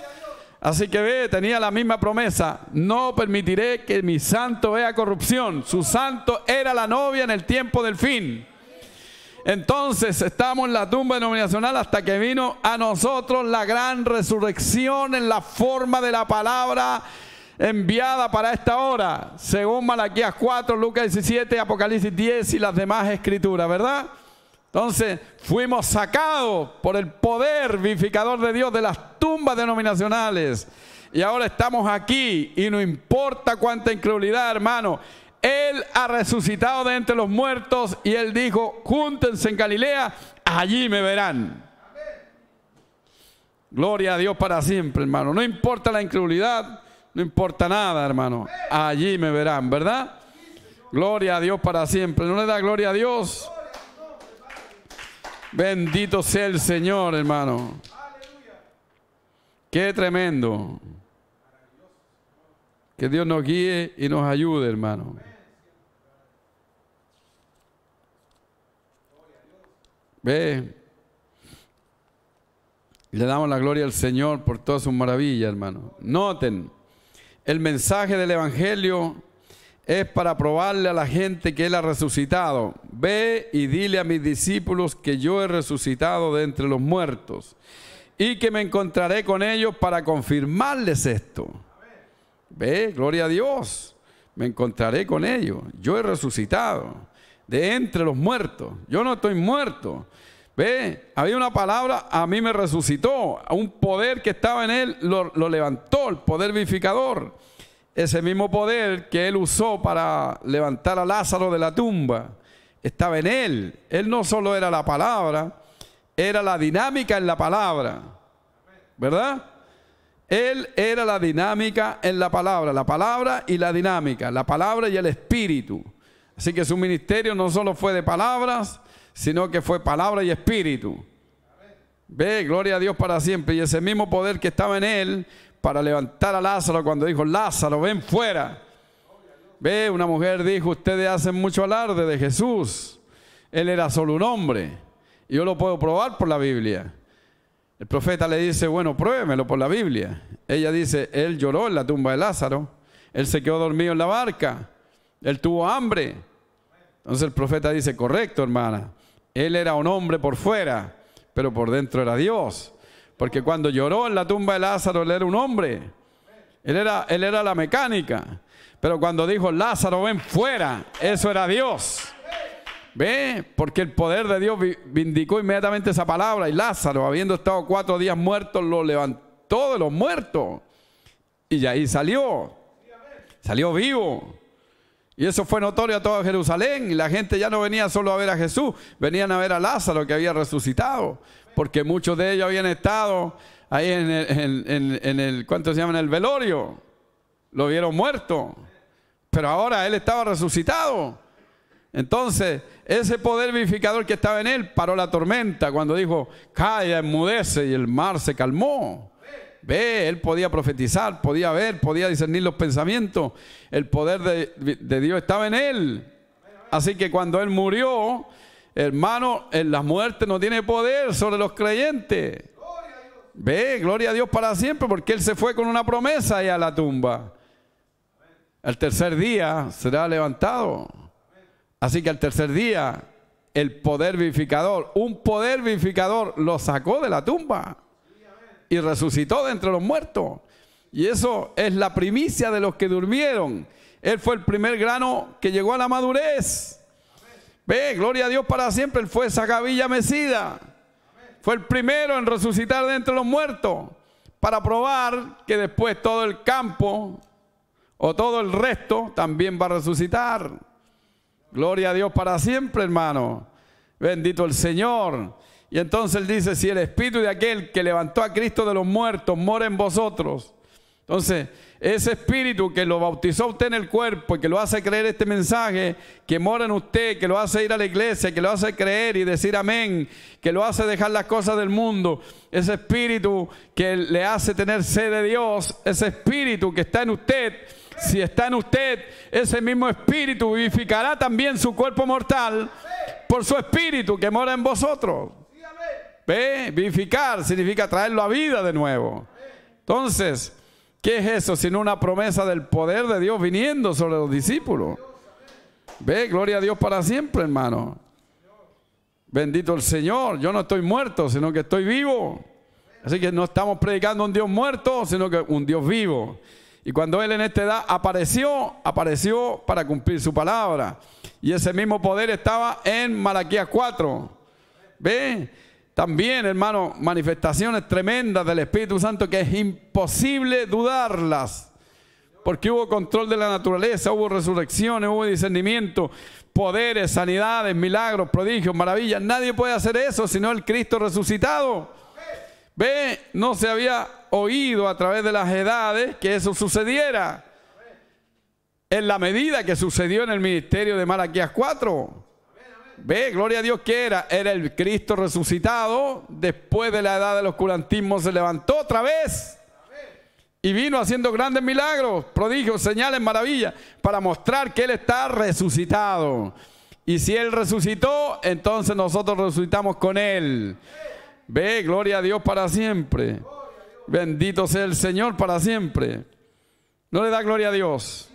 [SPEAKER 1] Así que ve, tenía la misma promesa: no permitiré que mi santo vea corrupción. Su santo era la novia en el tiempo del fin. Entonces estamos en la tumba denominacional hasta que vino a nosotros la gran resurrección en la forma de la palabra enviada para esta hora, según Malaquías 4, Lucas 17, Apocalipsis 10 y las demás escrituras, ¿verdad? Entonces fuimos sacados por el poder vivificador de Dios de las tumbas denominacionales, y ahora estamos aquí, y no importa cuánta incredulidad, hermano, Él ha resucitado de entre los muertos, y Él dijo: júntense en Galilea, allí me verán. Gloria a Dios para siempre, hermano. No importa la incredulidad, no importa nada, hermano, allí me verán, ¿verdad? Gloria a Dios para siempre. ¿No le da gloria a Dios? Bendito sea el Señor, hermano. Qué tremendo. Que Dios nos guíe y nos ayude, hermano. Ve. Le damos la gloria al Señor por todas sus maravillas, hermano. Noten, el mensaje del Evangelio es para probarle a la gente que Él ha resucitado. Ve y dile a mis discípulos que yo he resucitado de entre los muertos y que me encontraré con ellos para confirmarles esto. Ve, gloria a Dios, me encontraré con ellos. Yo he resucitado de entre los muertos. Yo no estoy muerto. Ve, había una palabra, a mí me resucitó. Un poder que estaba en Él lo levantó, el poder vivificador. Ese mismo poder que Él usó para levantar a Lázaro de la tumba estaba en Él. Él no solo era la palabra, era la dinámica en la palabra, ¿verdad? Él era la dinámica en la palabra y la dinámica, la palabra y el espíritu. Así que su ministerio no solo fue de palabras, sino que fue palabra y espíritu. Ve, gloria a Dios para siempre. Y ese mismo poder que estaba en Él para levantar a Lázaro cuando dijo: Lázaro, ven fuera. Ve, una mujer dijo: ustedes hacen mucho alarde de Jesús. Él era solo un hombre. Y yo lo puedo probar por la Biblia. El profeta le dice: bueno, pruébemelo por la Biblia. Ella dice: él lloró en la tumba de Lázaro. Él se quedó dormido en la barca. Él tuvo hambre. Entonces el profeta dice: correcto, hermana. Él era un hombre por fuera, pero por dentro era Dios. Porque cuando lloró en la tumba de Lázaro, él era un hombre. Él era la mecánica. Pero cuando dijo, Lázaro, ven fuera, eso era Dios. ¿Ve? Porque el poder de Dios vindicó inmediatamente esa palabra. Y Lázaro, habiendo estado 4 días muerto, lo levantó de los muertos. Y ahí salió. Salió vivo. Y eso fue notorio a toda Jerusalén. Y la gente ya no venía solo a ver a Jesús, venían a ver a Lázaro que había resucitado. Porque muchos de ellos habían estado ahí en el ¿cuánto se llama? En el velorio. Lo vieron muerto. Pero ahora él estaba resucitado. Entonces, ese poder vivificador que estaba en él paró la tormenta cuando dijo, calla, enmudece, y el mar se calmó. Ve, él podía profetizar, podía ver, podía discernir los pensamientos. El poder de Dios estaba en él. Así que cuando él murió, hermano, en la muerte no tiene poder sobre los creyentes. Ve, gloria a Dios para siempre, porque él se fue con una promesa allá a la tumba. Al tercer día será levantado. Así que al tercer día, el poder vivificador, un poder vivificador, lo sacó de la tumba y resucitó de entre los muertos. Y eso es la primicia de los que durmieron. Él fue el primer grano que llegó a la madurez. Ve, gloria a Dios para siempre. Él fue esa gavilla mecida. Fue el primero en resucitar de entre los muertos, para probar que después todo el campo o todo el resto también va a resucitar. Gloria a Dios para siempre, hermano. Bendito el Señor. Y entonces él dice, si el espíritu de aquel que levantó a Cristo de los muertos mora en vosotros. Entonces, ese espíritu que lo bautizó a usted en el cuerpo y que lo hace creer este mensaje, que mora en usted, que lo hace ir a la iglesia, que lo hace creer y decir amén, que lo hace dejar las cosas del mundo, ese espíritu que le hace tener sed de Dios, ese espíritu que está en usted, si está en usted, ese mismo espíritu vivificará también su cuerpo mortal por su espíritu que mora en vosotros. ¿Ve? Vivificar significa traerlo a vida de nuevo. Entonces, ¿qué es eso? Sino una promesa del poder de Dios viniendo sobre los discípulos. Ve, gloria a Dios para siempre, hermano. Bendito el Señor. Yo no estoy muerto, sino que estoy vivo. Así que no estamos predicando a un Dios muerto, sino que un Dios vivo. Y cuando Él en esta edad apareció para cumplir su palabra. Y ese mismo poder estaba en Malaquías 4. ¿Ve? También, hermano, manifestaciones tremendas del Espíritu Santo que es imposible dudarlas. Porque hubo control de la naturaleza, hubo resurrecciones, hubo discernimiento, poderes, sanidades, milagros, prodigios, maravillas. Nadie puede hacer eso sino el Cristo resucitado. Ve, no se había oído a través de las edades que eso sucediera. En la medida que sucedió en el ministerio de Malaquías 4. Ve, gloria a Dios, que era el Cristo resucitado. Después de la edad del oscurantismo se levantó otra vez y vino haciendo grandes milagros, prodigios, señales, maravillas, para mostrar que Él está resucitado. Y si Él resucitó, entonces nosotros resucitamos con Él. Ve, gloria a Dios para siempre. Bendito sea el Señor para siempre. ¿No le da gloria a Dios?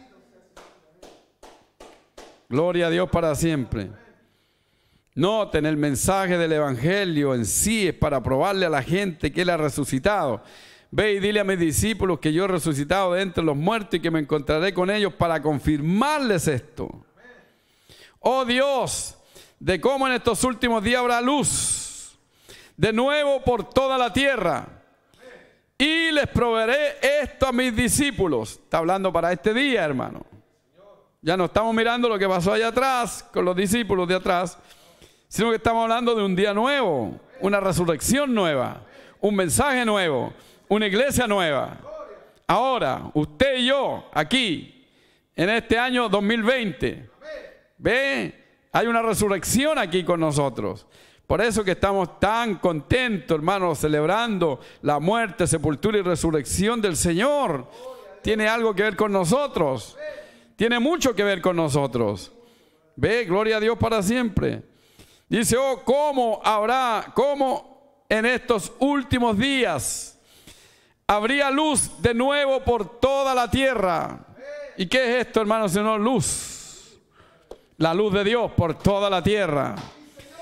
[SPEAKER 1] Gloria a Dios para siempre. Noten, el mensaje del Evangelio en sí es para probarle a la gente que Él ha resucitado. Ve y dile a mis discípulos que yo he resucitado de entre los muertos y que me encontraré con ellos para confirmarles esto. Oh Dios, de cómo en estos últimos días habrá luz de nuevo por toda la tierra. Y les proveeré esto a mis discípulos. Está hablando para este día, hermano. Ya no estamos mirando lo que pasó allá atrás con los discípulos de atrás, sino que estamos hablando de un día nuevo, una resurrección nueva, un mensaje nuevo, una iglesia nueva. Ahora, usted y yo, aquí, en este año 2020, ve, hay una resurrección aquí con nosotros. Por eso que estamos tan contentos, hermanos, celebrando la muerte, sepultura y resurrección del Señor. Tiene algo que ver con nosotros. Tiene mucho que ver con nosotros. Ve, gloria a Dios para siempre. Dice, oh, cómo en estos últimos días habría luz de nuevo por toda la tierra. ¿Y qué es esto, hermanos, sino luz? La luz de Dios por toda la tierra.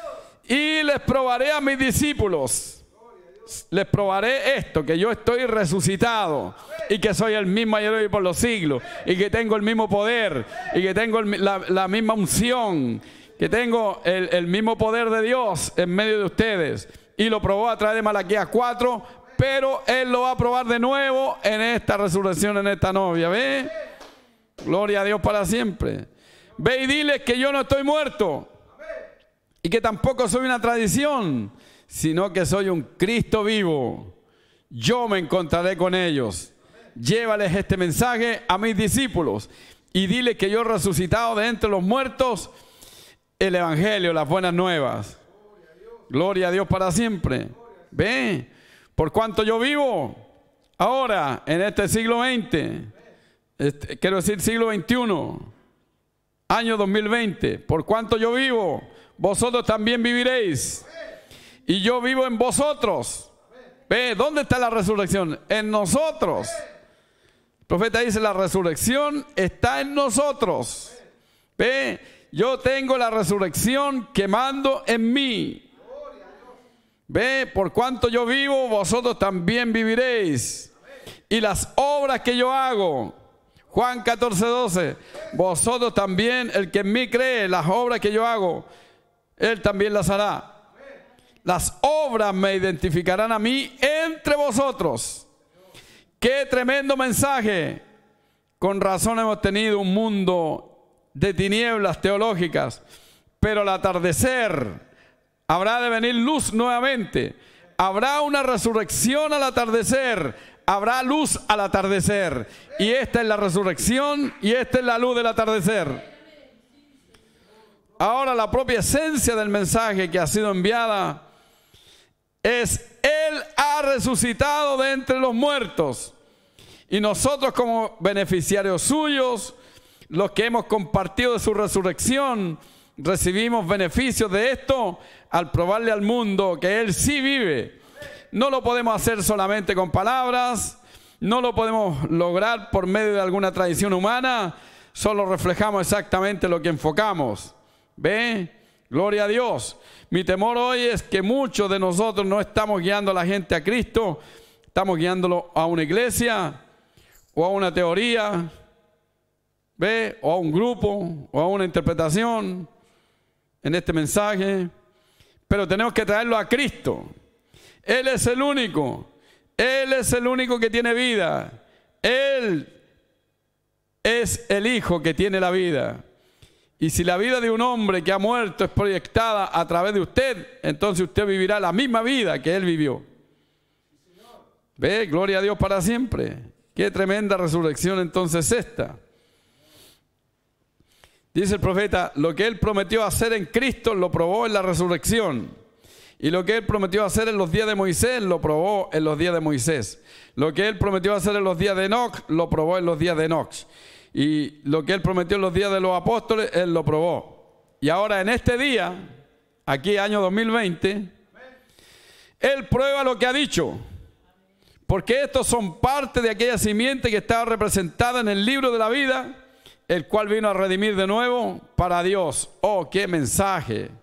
[SPEAKER 1] y les probaré a mis discípulos. Les probaré esto, que yo estoy resucitado y que soy el mismo ayer hoy por los siglos y que tengo el mismo poder y que tengo la misma unción, que tengo el mismo poder de Dios en medio de ustedes. Y lo probó a través de Malaquías 4, pero Él lo va a probar de nuevo en esta resurrección, en esta novia. ¿Ve? Gloria a Dios para siempre. Ve y diles que yo no estoy muerto y que tampoco soy una tradición, sino que soy un Cristo vivo. Yo me encontraré con ellos. Llévales este mensaje a mis discípulos y dile que yo he resucitado de entre los muertos, el evangelio, las buenas nuevas. Gloria a Dios para siempre. Ve, por cuanto yo vivo ahora en este siglo XX, quiero decir siglo XXI, año 2020, por cuanto yo vivo, vosotros también viviréis. Y yo vivo en vosotros. ¿Ve? ¿Dónde está la resurrección? En nosotros. El profeta dice, la resurrección está en nosotros. ¿Ve? Yo tengo la resurrección quemando en mí. ¿Ve? Por cuanto yo vivo, vosotros también viviréis. Y las obras que yo hago, Juan 14:12, vosotros también, el que en mí cree, las obras que yo hago, él también las hará. Las obras me identificarán a mí entre vosotros. ¡Qué tremendo mensaje! Con razón hemos tenido un mundo de tinieblas teológicas, pero al atardecer habrá de venir luz nuevamente. Habrá una resurrección al atardecer. Habrá luz al atardecer. Y esta es la resurrección y esta es la luz del atardecer. Ahora la propia esencia del mensaje que ha sido enviada es: Él ha resucitado de entre los muertos. Y nosotros, como beneficiarios suyos, los que hemos compartido de su resurrección, recibimos beneficios de esto al probarle al mundo que Él sí vive. No lo podemos hacer solamente con palabras, no lo podemos lograr por medio de alguna tradición humana, solo reflejamos exactamente lo que enfocamos. ¿Ve? Gloria a Dios. Mi temor hoy es que muchos de nosotros no estamos guiando a la gente a Cristo, estamos guiándolo a una iglesia o a una teoría, ¿ve? O a un grupo o a una interpretación en este mensaje, pero tenemos que traerlo a Cristo. Él es el único que tiene vida. Él es el Hijo que tiene la vida. Y si la vida de un hombre que ha muerto es proyectada a través de usted, entonces usted vivirá la misma vida que Él vivió. ¿Ve? Gloria a Dios para siempre. Qué tremenda resurrección entonces esta. Dice el profeta, lo que Él prometió hacer en Cristo lo probó en la resurrección. Y lo que Él prometió hacer en los días de Moisés lo probó en los días de Moisés. Lo que Él prometió hacer en los días de Enoc lo probó en los días de Enoc. Y lo que Él prometió en los días de los apóstoles, Él lo probó. Y ahora en este día, aquí año 2020, Él prueba lo que ha dicho. Porque estos son parte de aquella simiente que estaba representada en el libro de la vida, el cual vino a redimir de nuevo para Dios. ¡Oh, qué mensaje!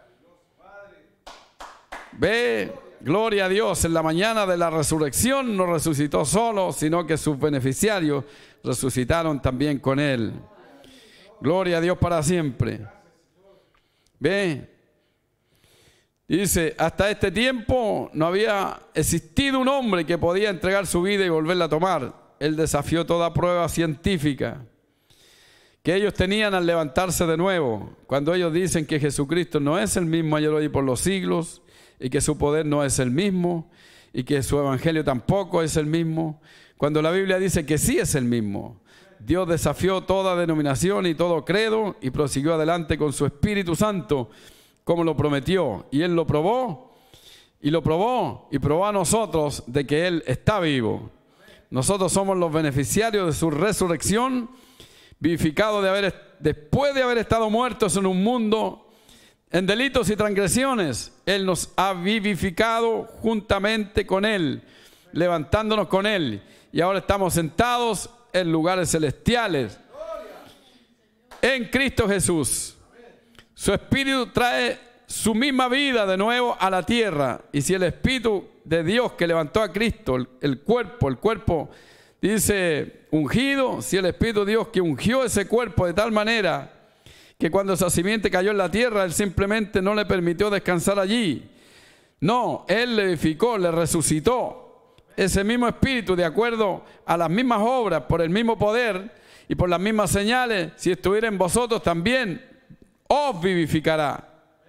[SPEAKER 1] Ve, gloria a Dios, en la mañana de la resurrección no resucitó solo, sino que sus beneficiarios resucitaron también con Él. Gloria a Dios para siempre. Ve, dice, hasta este tiempo no había existido un hombre que podía entregar su vida y volverla a tomar. Él desafió toda prueba científica que ellos tenían al levantarse de nuevo, cuando ellos dicen que Jesucristo no es el mismo ayer, hoy y por los siglos, y que su poder no es el mismo, y que su evangelio tampoco es el mismo, cuando la Biblia dice que sí es el mismo. Dios desafió toda denominación y todo credo y prosiguió adelante con su Espíritu Santo, como lo prometió, y Él lo probó, y probó a nosotros de que Él está vivo. Nosotros somos los beneficiarios de su resurrección, vivificados después de haber estado muertos en un mundo en delitos y transgresiones. Él nos ha vivificado juntamente con Él, levantándonos con Él, y ahora estamos sentados en lugares celestiales en Cristo Jesús. Su Espíritu trae su misma vida de nuevo a la tierra. Y si el Espíritu de Dios que levantó a Cristo, el cuerpo, dice ungido, si el Espíritu de Dios que ungió ese cuerpo de tal manera que cuando esa simiente cayó en la tierra, Él simplemente no le permitió descansar allí. No, Él le edificó, le resucitó. Ese mismo Espíritu, de acuerdo a las mismas obras, por el mismo poder y por las mismas señales, si estuviera en vosotros también, os vivificará.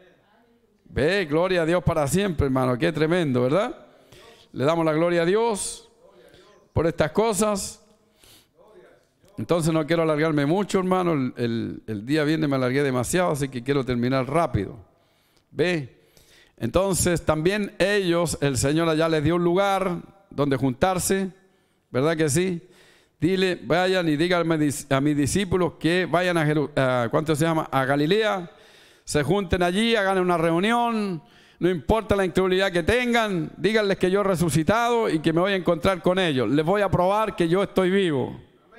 [SPEAKER 1] Ve, gloria a Dios para siempre, hermano. Qué tremendo, ¿verdad? Le damos la gloria a Dios por estas cosas. Entonces no quiero alargarme mucho, hermano. El día viernes me alargué demasiado, así que quiero terminar rápido. Ve. Entonces también ellos, el Señor allá les dio un lugar donde juntarse, ¿verdad que sí? Dile, vayan y díganme a mis discípulos que vayan a Galilea, se junten allí, hagan una reunión, no importa la incredulidad que tengan, díganles que yo he resucitado y que me voy a encontrar con ellos. Les voy a probar que yo estoy vivo.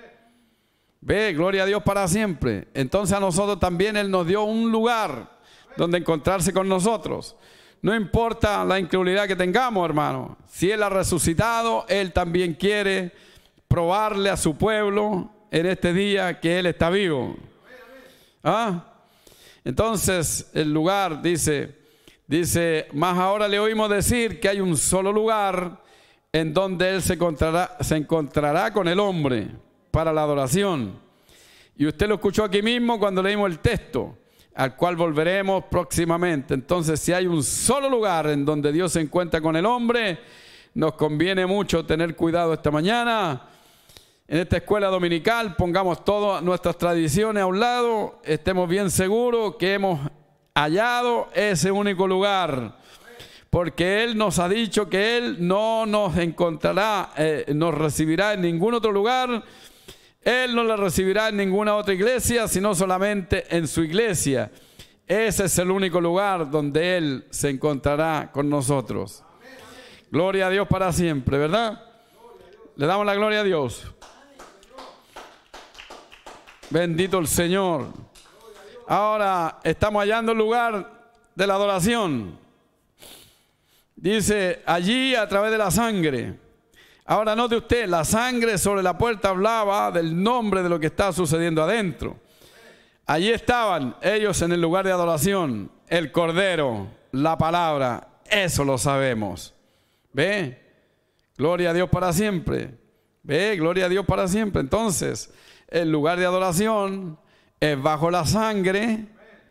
[SPEAKER 1] Ve, gloria a Dios para siempre. Entonces a nosotros también Él nos dio un lugar donde encontrarse con nosotros. No importa la incredulidad que tengamos, hermano. Si Él ha resucitado, Él también quiere probarle a su pueblo en este día que Él está vivo. ¿Ah? Entonces el lugar dice, más ahora le oímos decir que hay un solo lugar en donde Él se encontrará con el hombre para la adoración. Y usted lo escuchó aquí mismo cuando leímos el texto, al cual volveremos próximamente. Entonces, si hay un solo lugar en donde Dios se encuentra con el hombre, nos conviene mucho tener cuidado esta mañana. En esta escuela dominical pongamos todas nuestras tradiciones a un lado, estemos bien seguros que hemos hallado ese único lugar, porque Él nos ha dicho que Él no nos encontrará, nos recibirá en ningún otro lugar. Él no le recibirá en ninguna otra iglesia, sino solamente en su iglesia. Ese es el único lugar donde Él se encontrará con nosotros. Gloria a Dios para siempre, ¿verdad? Le damos la gloria a Dios. Bendito el Señor. Ahora estamos hallando el lugar de la adoración. Dice, allí a través de la sangre. Ahora note usted, la sangre sobre la puerta hablaba del nombre de lo que estaba sucediendo adentro. Allí estaban ellos en el lugar de adoración, el Cordero, la palabra, eso lo sabemos. ¿Ve? Gloria a Dios para siempre. ¿Ve? Gloria a Dios para siempre. Entonces, el lugar de adoración es bajo la sangre,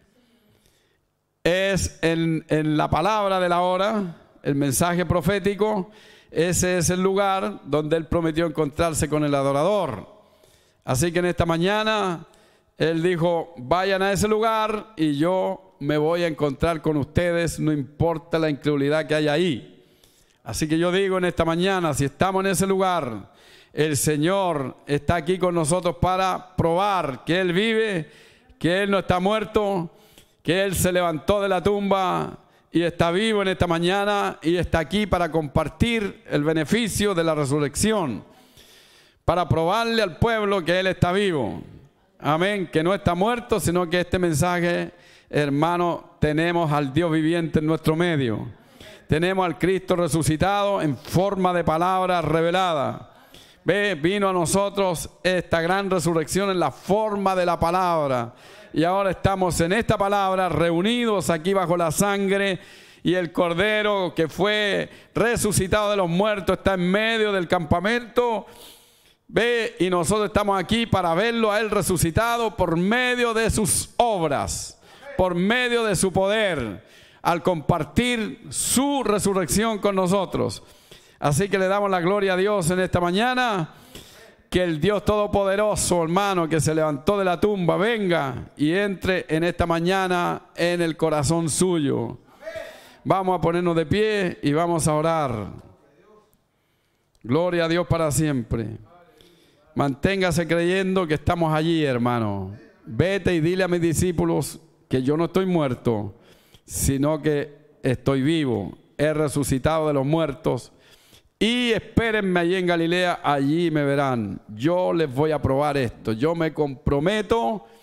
[SPEAKER 1] es en la palabra de la hora, el mensaje profético. Ese es el lugar donde Él prometió encontrarse con el adorador. Así que en esta mañana Él dijo, vayan a ese lugar y yo me voy a encontrar con ustedes, no importa la incredulidad que haya ahí. Así que yo digo en esta mañana, si estamos en ese lugar, el Señor está aquí con nosotros para probar que Él vive, que Él no está muerto, que Él se levantó de la tumba y está vivo en esta mañana y está aquí para compartir el beneficio de la resurrección, para probarle al pueblo que Él está vivo. Amén, que no está muerto, sino que este mensaje, hermano, tenemos al Dios viviente en nuestro medio. Tenemos al Cristo resucitado en forma de palabra revelada. Ve, vino a nosotros esta gran resurrección en la forma de la palabra. Y ahora estamos en esta palabra reunidos aquí bajo la sangre, y el Cordero que fue resucitado de los muertos está en medio del campamento. Ve, y nosotros estamos aquí para verlo a Él resucitado por medio de sus obras, por medio de su poder, al compartir su resurrección con nosotros. Así que le damos la gloria a Dios en esta mañana. Que el Dios Todopoderoso, hermano, que se levantó de la tumba, venga y entre en esta mañana en el corazón suyo. Vamos a ponernos de pie y vamos a orar. Gloria a Dios para siempre. Manténgase creyendo que estamos allí, hermano. Vete y dile a mis discípulos que yo no estoy muerto, sino que estoy vivo. He resucitado de los muertos. Y espérenme allí en Galilea, allí me verán. Yo les voy a probar esto. Yo me comprometo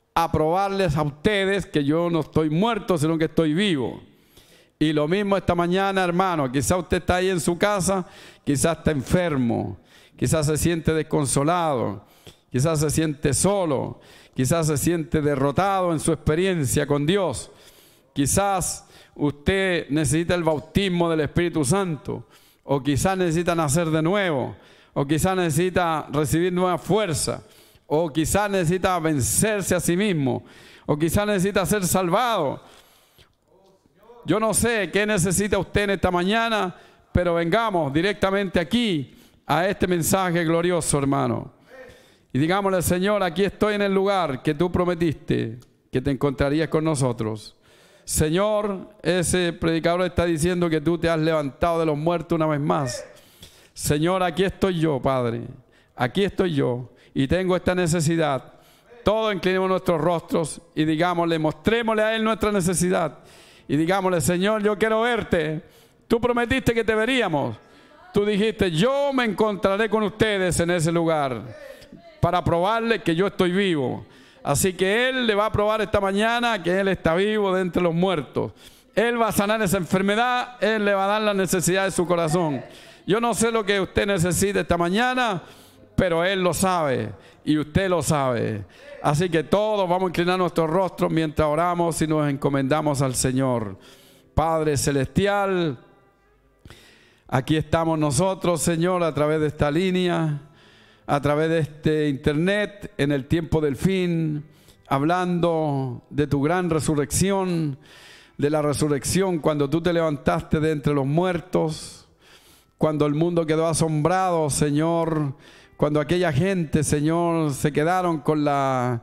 [SPEAKER 1] a probarles a ustedes que yo no estoy muerto, sino que estoy vivo. Y lo mismo esta mañana, hermano. Quizá usted está ahí en su casa, quizás está enfermo, quizás se siente desconsolado, quizás se siente solo, quizás se siente derrotado en su experiencia con Dios. Quizás usted necesita el bautismo del Espíritu Santo, o quizás necesita nacer de nuevo, o quizás necesita recibir nueva fuerza, o quizás necesita vencerse a sí mismo, o quizás necesita ser salvado. Yo no sé qué necesita usted en esta mañana, pero vengamos directamente aquí a este mensaje glorioso, hermano. Y digámosle: Señor, aquí estoy en el lugar que tú prometiste que te encontrarías con nosotros. Señor, ese predicador está diciendo que tú te has levantado de los muertos una vez más. Señor, aquí estoy yo, Padre. Aquí estoy yo y tengo esta necesidad. Todos inclinemos nuestros rostros y digámosle, mostrémosle a Él nuestra necesidad. Y digámosle: Señor, yo quiero verte. Tú prometiste que te veríamos. Tú dijiste: yo me encontraré con ustedes en ese lugar para probarle que yo estoy vivo. Así que Él le va a probar esta mañana que Él está vivo de entre los muertos. Él va a sanar esa enfermedad. Él le va a dar la necesidad de su corazón. Yo no sé lo que usted necesita esta mañana, pero Él lo sabe y usted lo sabe. Así que todos vamos a inclinar nuestros rostros mientras oramos y nos encomendamos al Señor. Padre Celestial, aquí estamos nosotros, Señor, a través de esta línea, a través de este internet, en el tiempo del fin, hablando de tu gran resurrección, de la resurrección cuando tú te levantaste de entre los muertos, cuando el mundo quedó asombrado, Señor, cuando aquella gente, Señor, se quedaron con la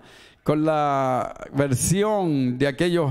[SPEAKER 1] versión de aquellos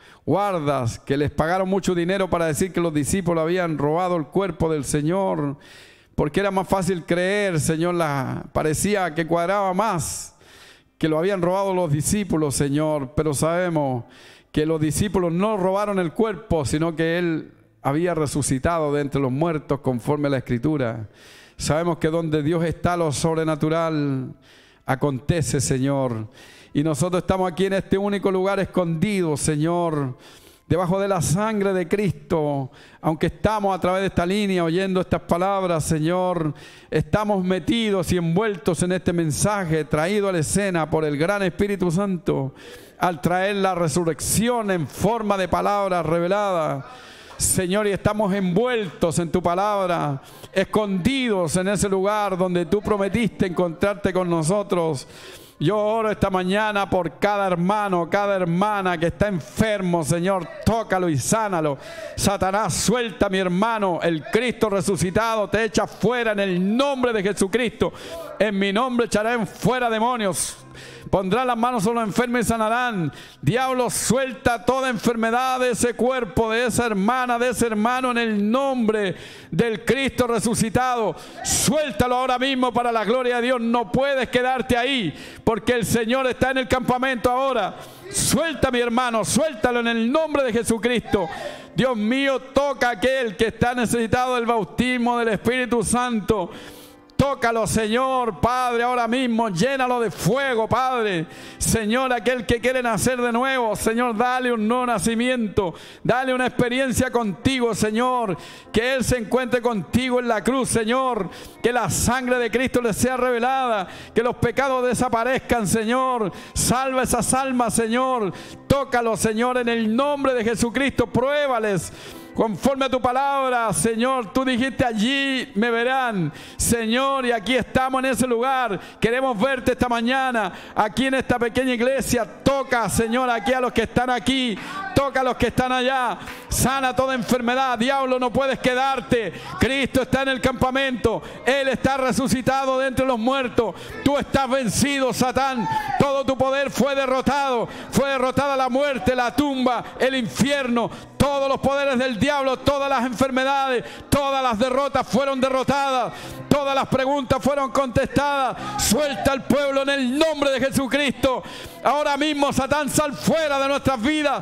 [SPEAKER 1] guardas que les pagaron mucho dinero para decir que los discípulos habían robado el cuerpo del Señor, porque era más fácil creer, Señor, parecía que cuadraba más que lo habían robado los discípulos, Señor, pero sabemos que los discípulos no robaron el cuerpo, sino que Él había resucitado de entre los muertos conforme a la Escritura. Sabemos que donde Dios está, lo sobrenatural acontece, Señor. Y nosotros estamos aquí en este único lugar escondido, Señor, debajo de la sangre de Cristo. Aunque estamos a través de esta línea oyendo estas palabras, Señor, estamos metidos y envueltos en este mensaje traído a la escena por el gran Espíritu Santo al traer la resurrección en forma de palabras reveladas. Señor, y estamos envueltos en tu palabra, escondidos en ese lugar donde tú prometiste encontrarte con nosotros. Yo oro esta mañana por cada hermano, cada hermana que está enfermo, Señor, tócalo y sánalo. Satanás, suelta a mi hermano, el Cristo resucitado te echa fuera en el nombre de Jesucristo. En mi nombre echarán fuera demonios. Pondrán las manos sobre los enfermos y sanarán. Diablo, suelta toda enfermedad de ese cuerpo, de esa hermana, de ese hermano, en el nombre del Cristo resucitado. Suéltalo ahora mismo para la gloria de Dios. No puedes quedarte ahí, porque el Señor está en el campamento ahora. Suelta a mi hermano, suéltalo en el nombre de Jesucristo. Dios mío, toca a aquel que está necesitado del bautismo del Espíritu Santo. Tócalo, Señor, Padre, ahora mismo, llénalo de fuego, Padre. Señor, aquel que quiere nacer de nuevo, Señor, dale un nuevo nacimiento, dale una experiencia contigo, Señor, que Él se encuentre contigo en la cruz, Señor, que la sangre de Cristo le sea revelada, que los pecados desaparezcan, Señor. Salva esas almas, Señor. Tócalo, Señor, en el nombre de Jesucristo. Pruébales conforme a tu palabra, Señor. Tú dijiste: allí me verán, Señor, y aquí estamos en ese lugar. Queremos verte esta mañana aquí en esta pequeña iglesia. Toca, Señor, aquí a los que están aquí, toca a los que están allá. Sana toda enfermedad. Diablo, no puedes quedarte. Cristo está en el campamento. Él está resucitado de entre los muertos. Tú estás vencido, Satán. Todo tu poder fue derrotado. Fue derrotada la muerte, la tumba, el infierno. Todos los poderes del diablo, todas las enfermedades, todas las derrotas fueron derrotadas. Todas las preguntas fueron contestadas. Suelta al pueblo en el nombre de Jesucristo. Ahora mismo, Satán, sal fuera de nuestras vidas.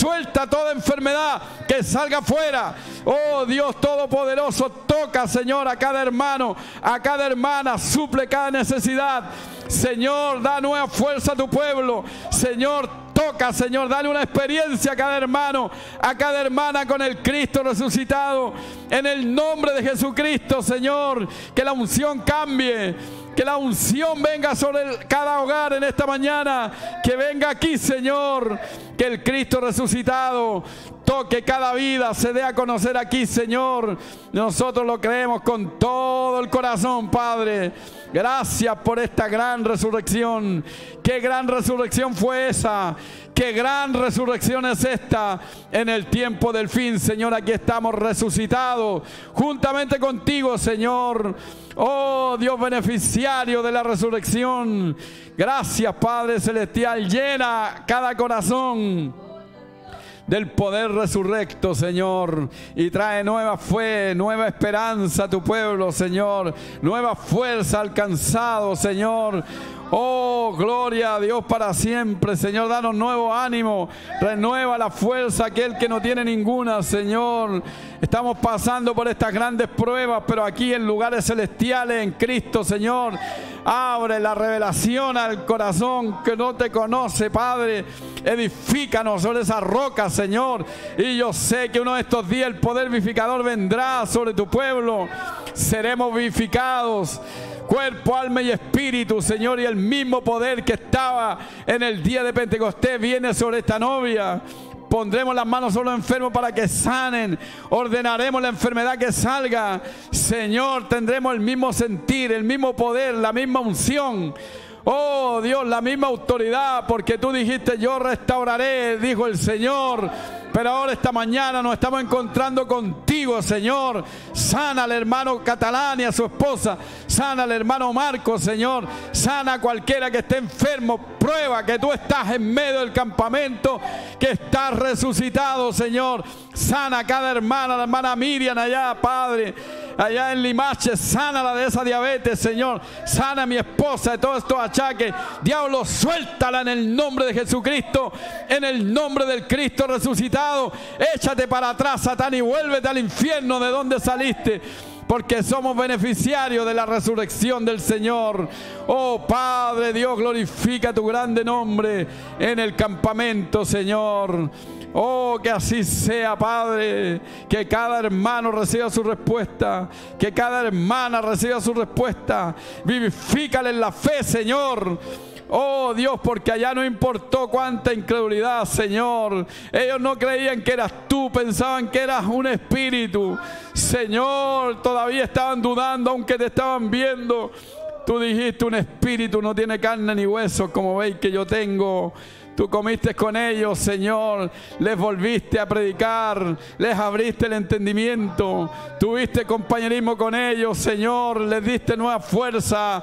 [SPEAKER 1] suelta toda enfermedad, que salga fuera. Oh Dios Todopoderoso, toca, Señor, a cada hermano, a cada hermana, suple cada necesidad. Señor, da nueva fuerza a tu pueblo. Señor, toca, Señor, dale una experiencia a cada hermano, a cada hermana con el Cristo resucitado. En el nombre de Jesucristo, Señor, que la unción cambie, que la unción venga sobre cada hogar en esta mañana, que venga aquí, Señor, que el Cristo resucitado toque cada vida, se dé a conocer aquí, Señor. Nosotros lo creemos con todo el corazón, Padre. Gracias por esta gran resurrección. Qué gran resurrección fue esa. Qué gran resurrección es esta en el tiempo del fin, Señor. Aquí estamos resucitados juntamente contigo, Señor. Oh Dios beneficiario de la resurrección. Gracias, Padre Celestial. Llena cada corazón del poder resurrecto, Señor, y trae nueva fe, nueva esperanza a tu pueblo, Señor, nueva fuerza alcanzado, Señor. Oh, gloria a Dios para siempre, Señor. Danos nuevo ánimo, renueva la fuerza a aquel que no tiene ninguna, Señor. Estamos pasando por estas grandes pruebas, pero aquí en lugares celestiales en Cristo, Señor, abre la revelación al corazón que no te conoce, Padre. Edifícanos sobre esa roca, Señor. Y yo sé que uno de estos días el poder vivificador vendrá sobre tu pueblo. Seremos vivificados, cuerpo, alma y espíritu, Señor, y el mismo poder que estaba en el día de Pentecostés viene sobre esta novia. Pondremos las manos sobre los enfermos para que sanen. Ordenaremos la enfermedad que salga. Señor, tendremos el mismo sentir, el mismo poder, la misma unción. Oh Dios, la misma autoridad, porque tú dijiste: yo restauraré, dijo el Señor. Pero ahora esta mañana nos estamos encontrando contigo, Señor. Sana al hermano Catalán y a su esposa. Sana al hermano Marcos, Señor. Sana a cualquiera que esté enfermo. Prueba que tú estás en medio del campamento, que estás resucitado, Señor. Sana a cada hermana, la hermana Miriam allá, Padre, allá en Limache. Sana la de esa diabetes, Señor. Sana a mi esposa de todos estos achaques. Diablo, suéltala en el nombre de Jesucristo, en el nombre del Cristo resucitado. Échate para atrás, Satán, y vuélvete al infierno de donde saliste, porque somos beneficiarios de la resurrección del Señor. Oh Padre Dios, glorifica tu grande nombre en el campamento, Señor. Oh, que así sea, Padre, que cada hermano reciba su respuesta, que cada hermana reciba su respuesta. Vivifícale en la fe, Señor. Oh Dios, porque allá no importó cuánta incredulidad, Señor. Ellos no creían que eras tú, pensaban que eras un espíritu. Señor, todavía estaban dudando aunque te estaban viendo. Tú dijiste: un espíritu no tiene carne ni huesos, como veis que yo tengo. Tú comiste con ellos, Señor, les volviste a predicar, les abriste el entendimiento, tuviste compañerismo con ellos, Señor, les diste nueva fuerza,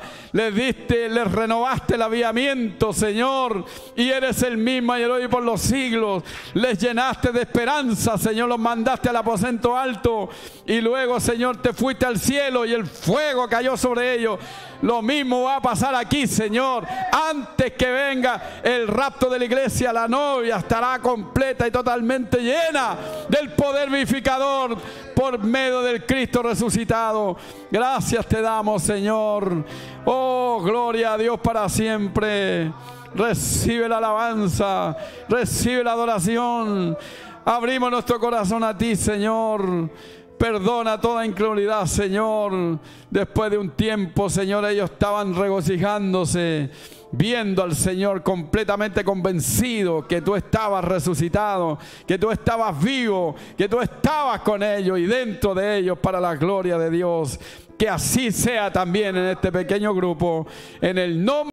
[SPEAKER 1] les renovaste el avivamiento, Señor, y eres el mismo ayer, hoy y por los siglos. Les llenaste de esperanza, Señor, los mandaste al aposento alto y luego, Señor, te fuiste al cielo y el fuego cayó sobre ellos. Lo mismo va a pasar aquí, Señor. Antes que venga el rapto de la iglesia, la novia estará completa y totalmente llena del poder vivificador por medio del Cristo resucitado. Gracias te damos, Señor. Oh, gloria a Dios para siempre. Recibe la alabanza, recibe la adoración. Abrimos nuestro corazón a ti, Señor. Perdona toda incredulidad, Señor. Después de un tiempo, Señor, ellos estaban regocijándose, viendo al Señor, completamente convencido que tú estabas resucitado, que tú estabas vivo, que tú estabas con ellos y dentro de ellos para la gloria de Dios. Que así sea también en este pequeño grupo, en el nombre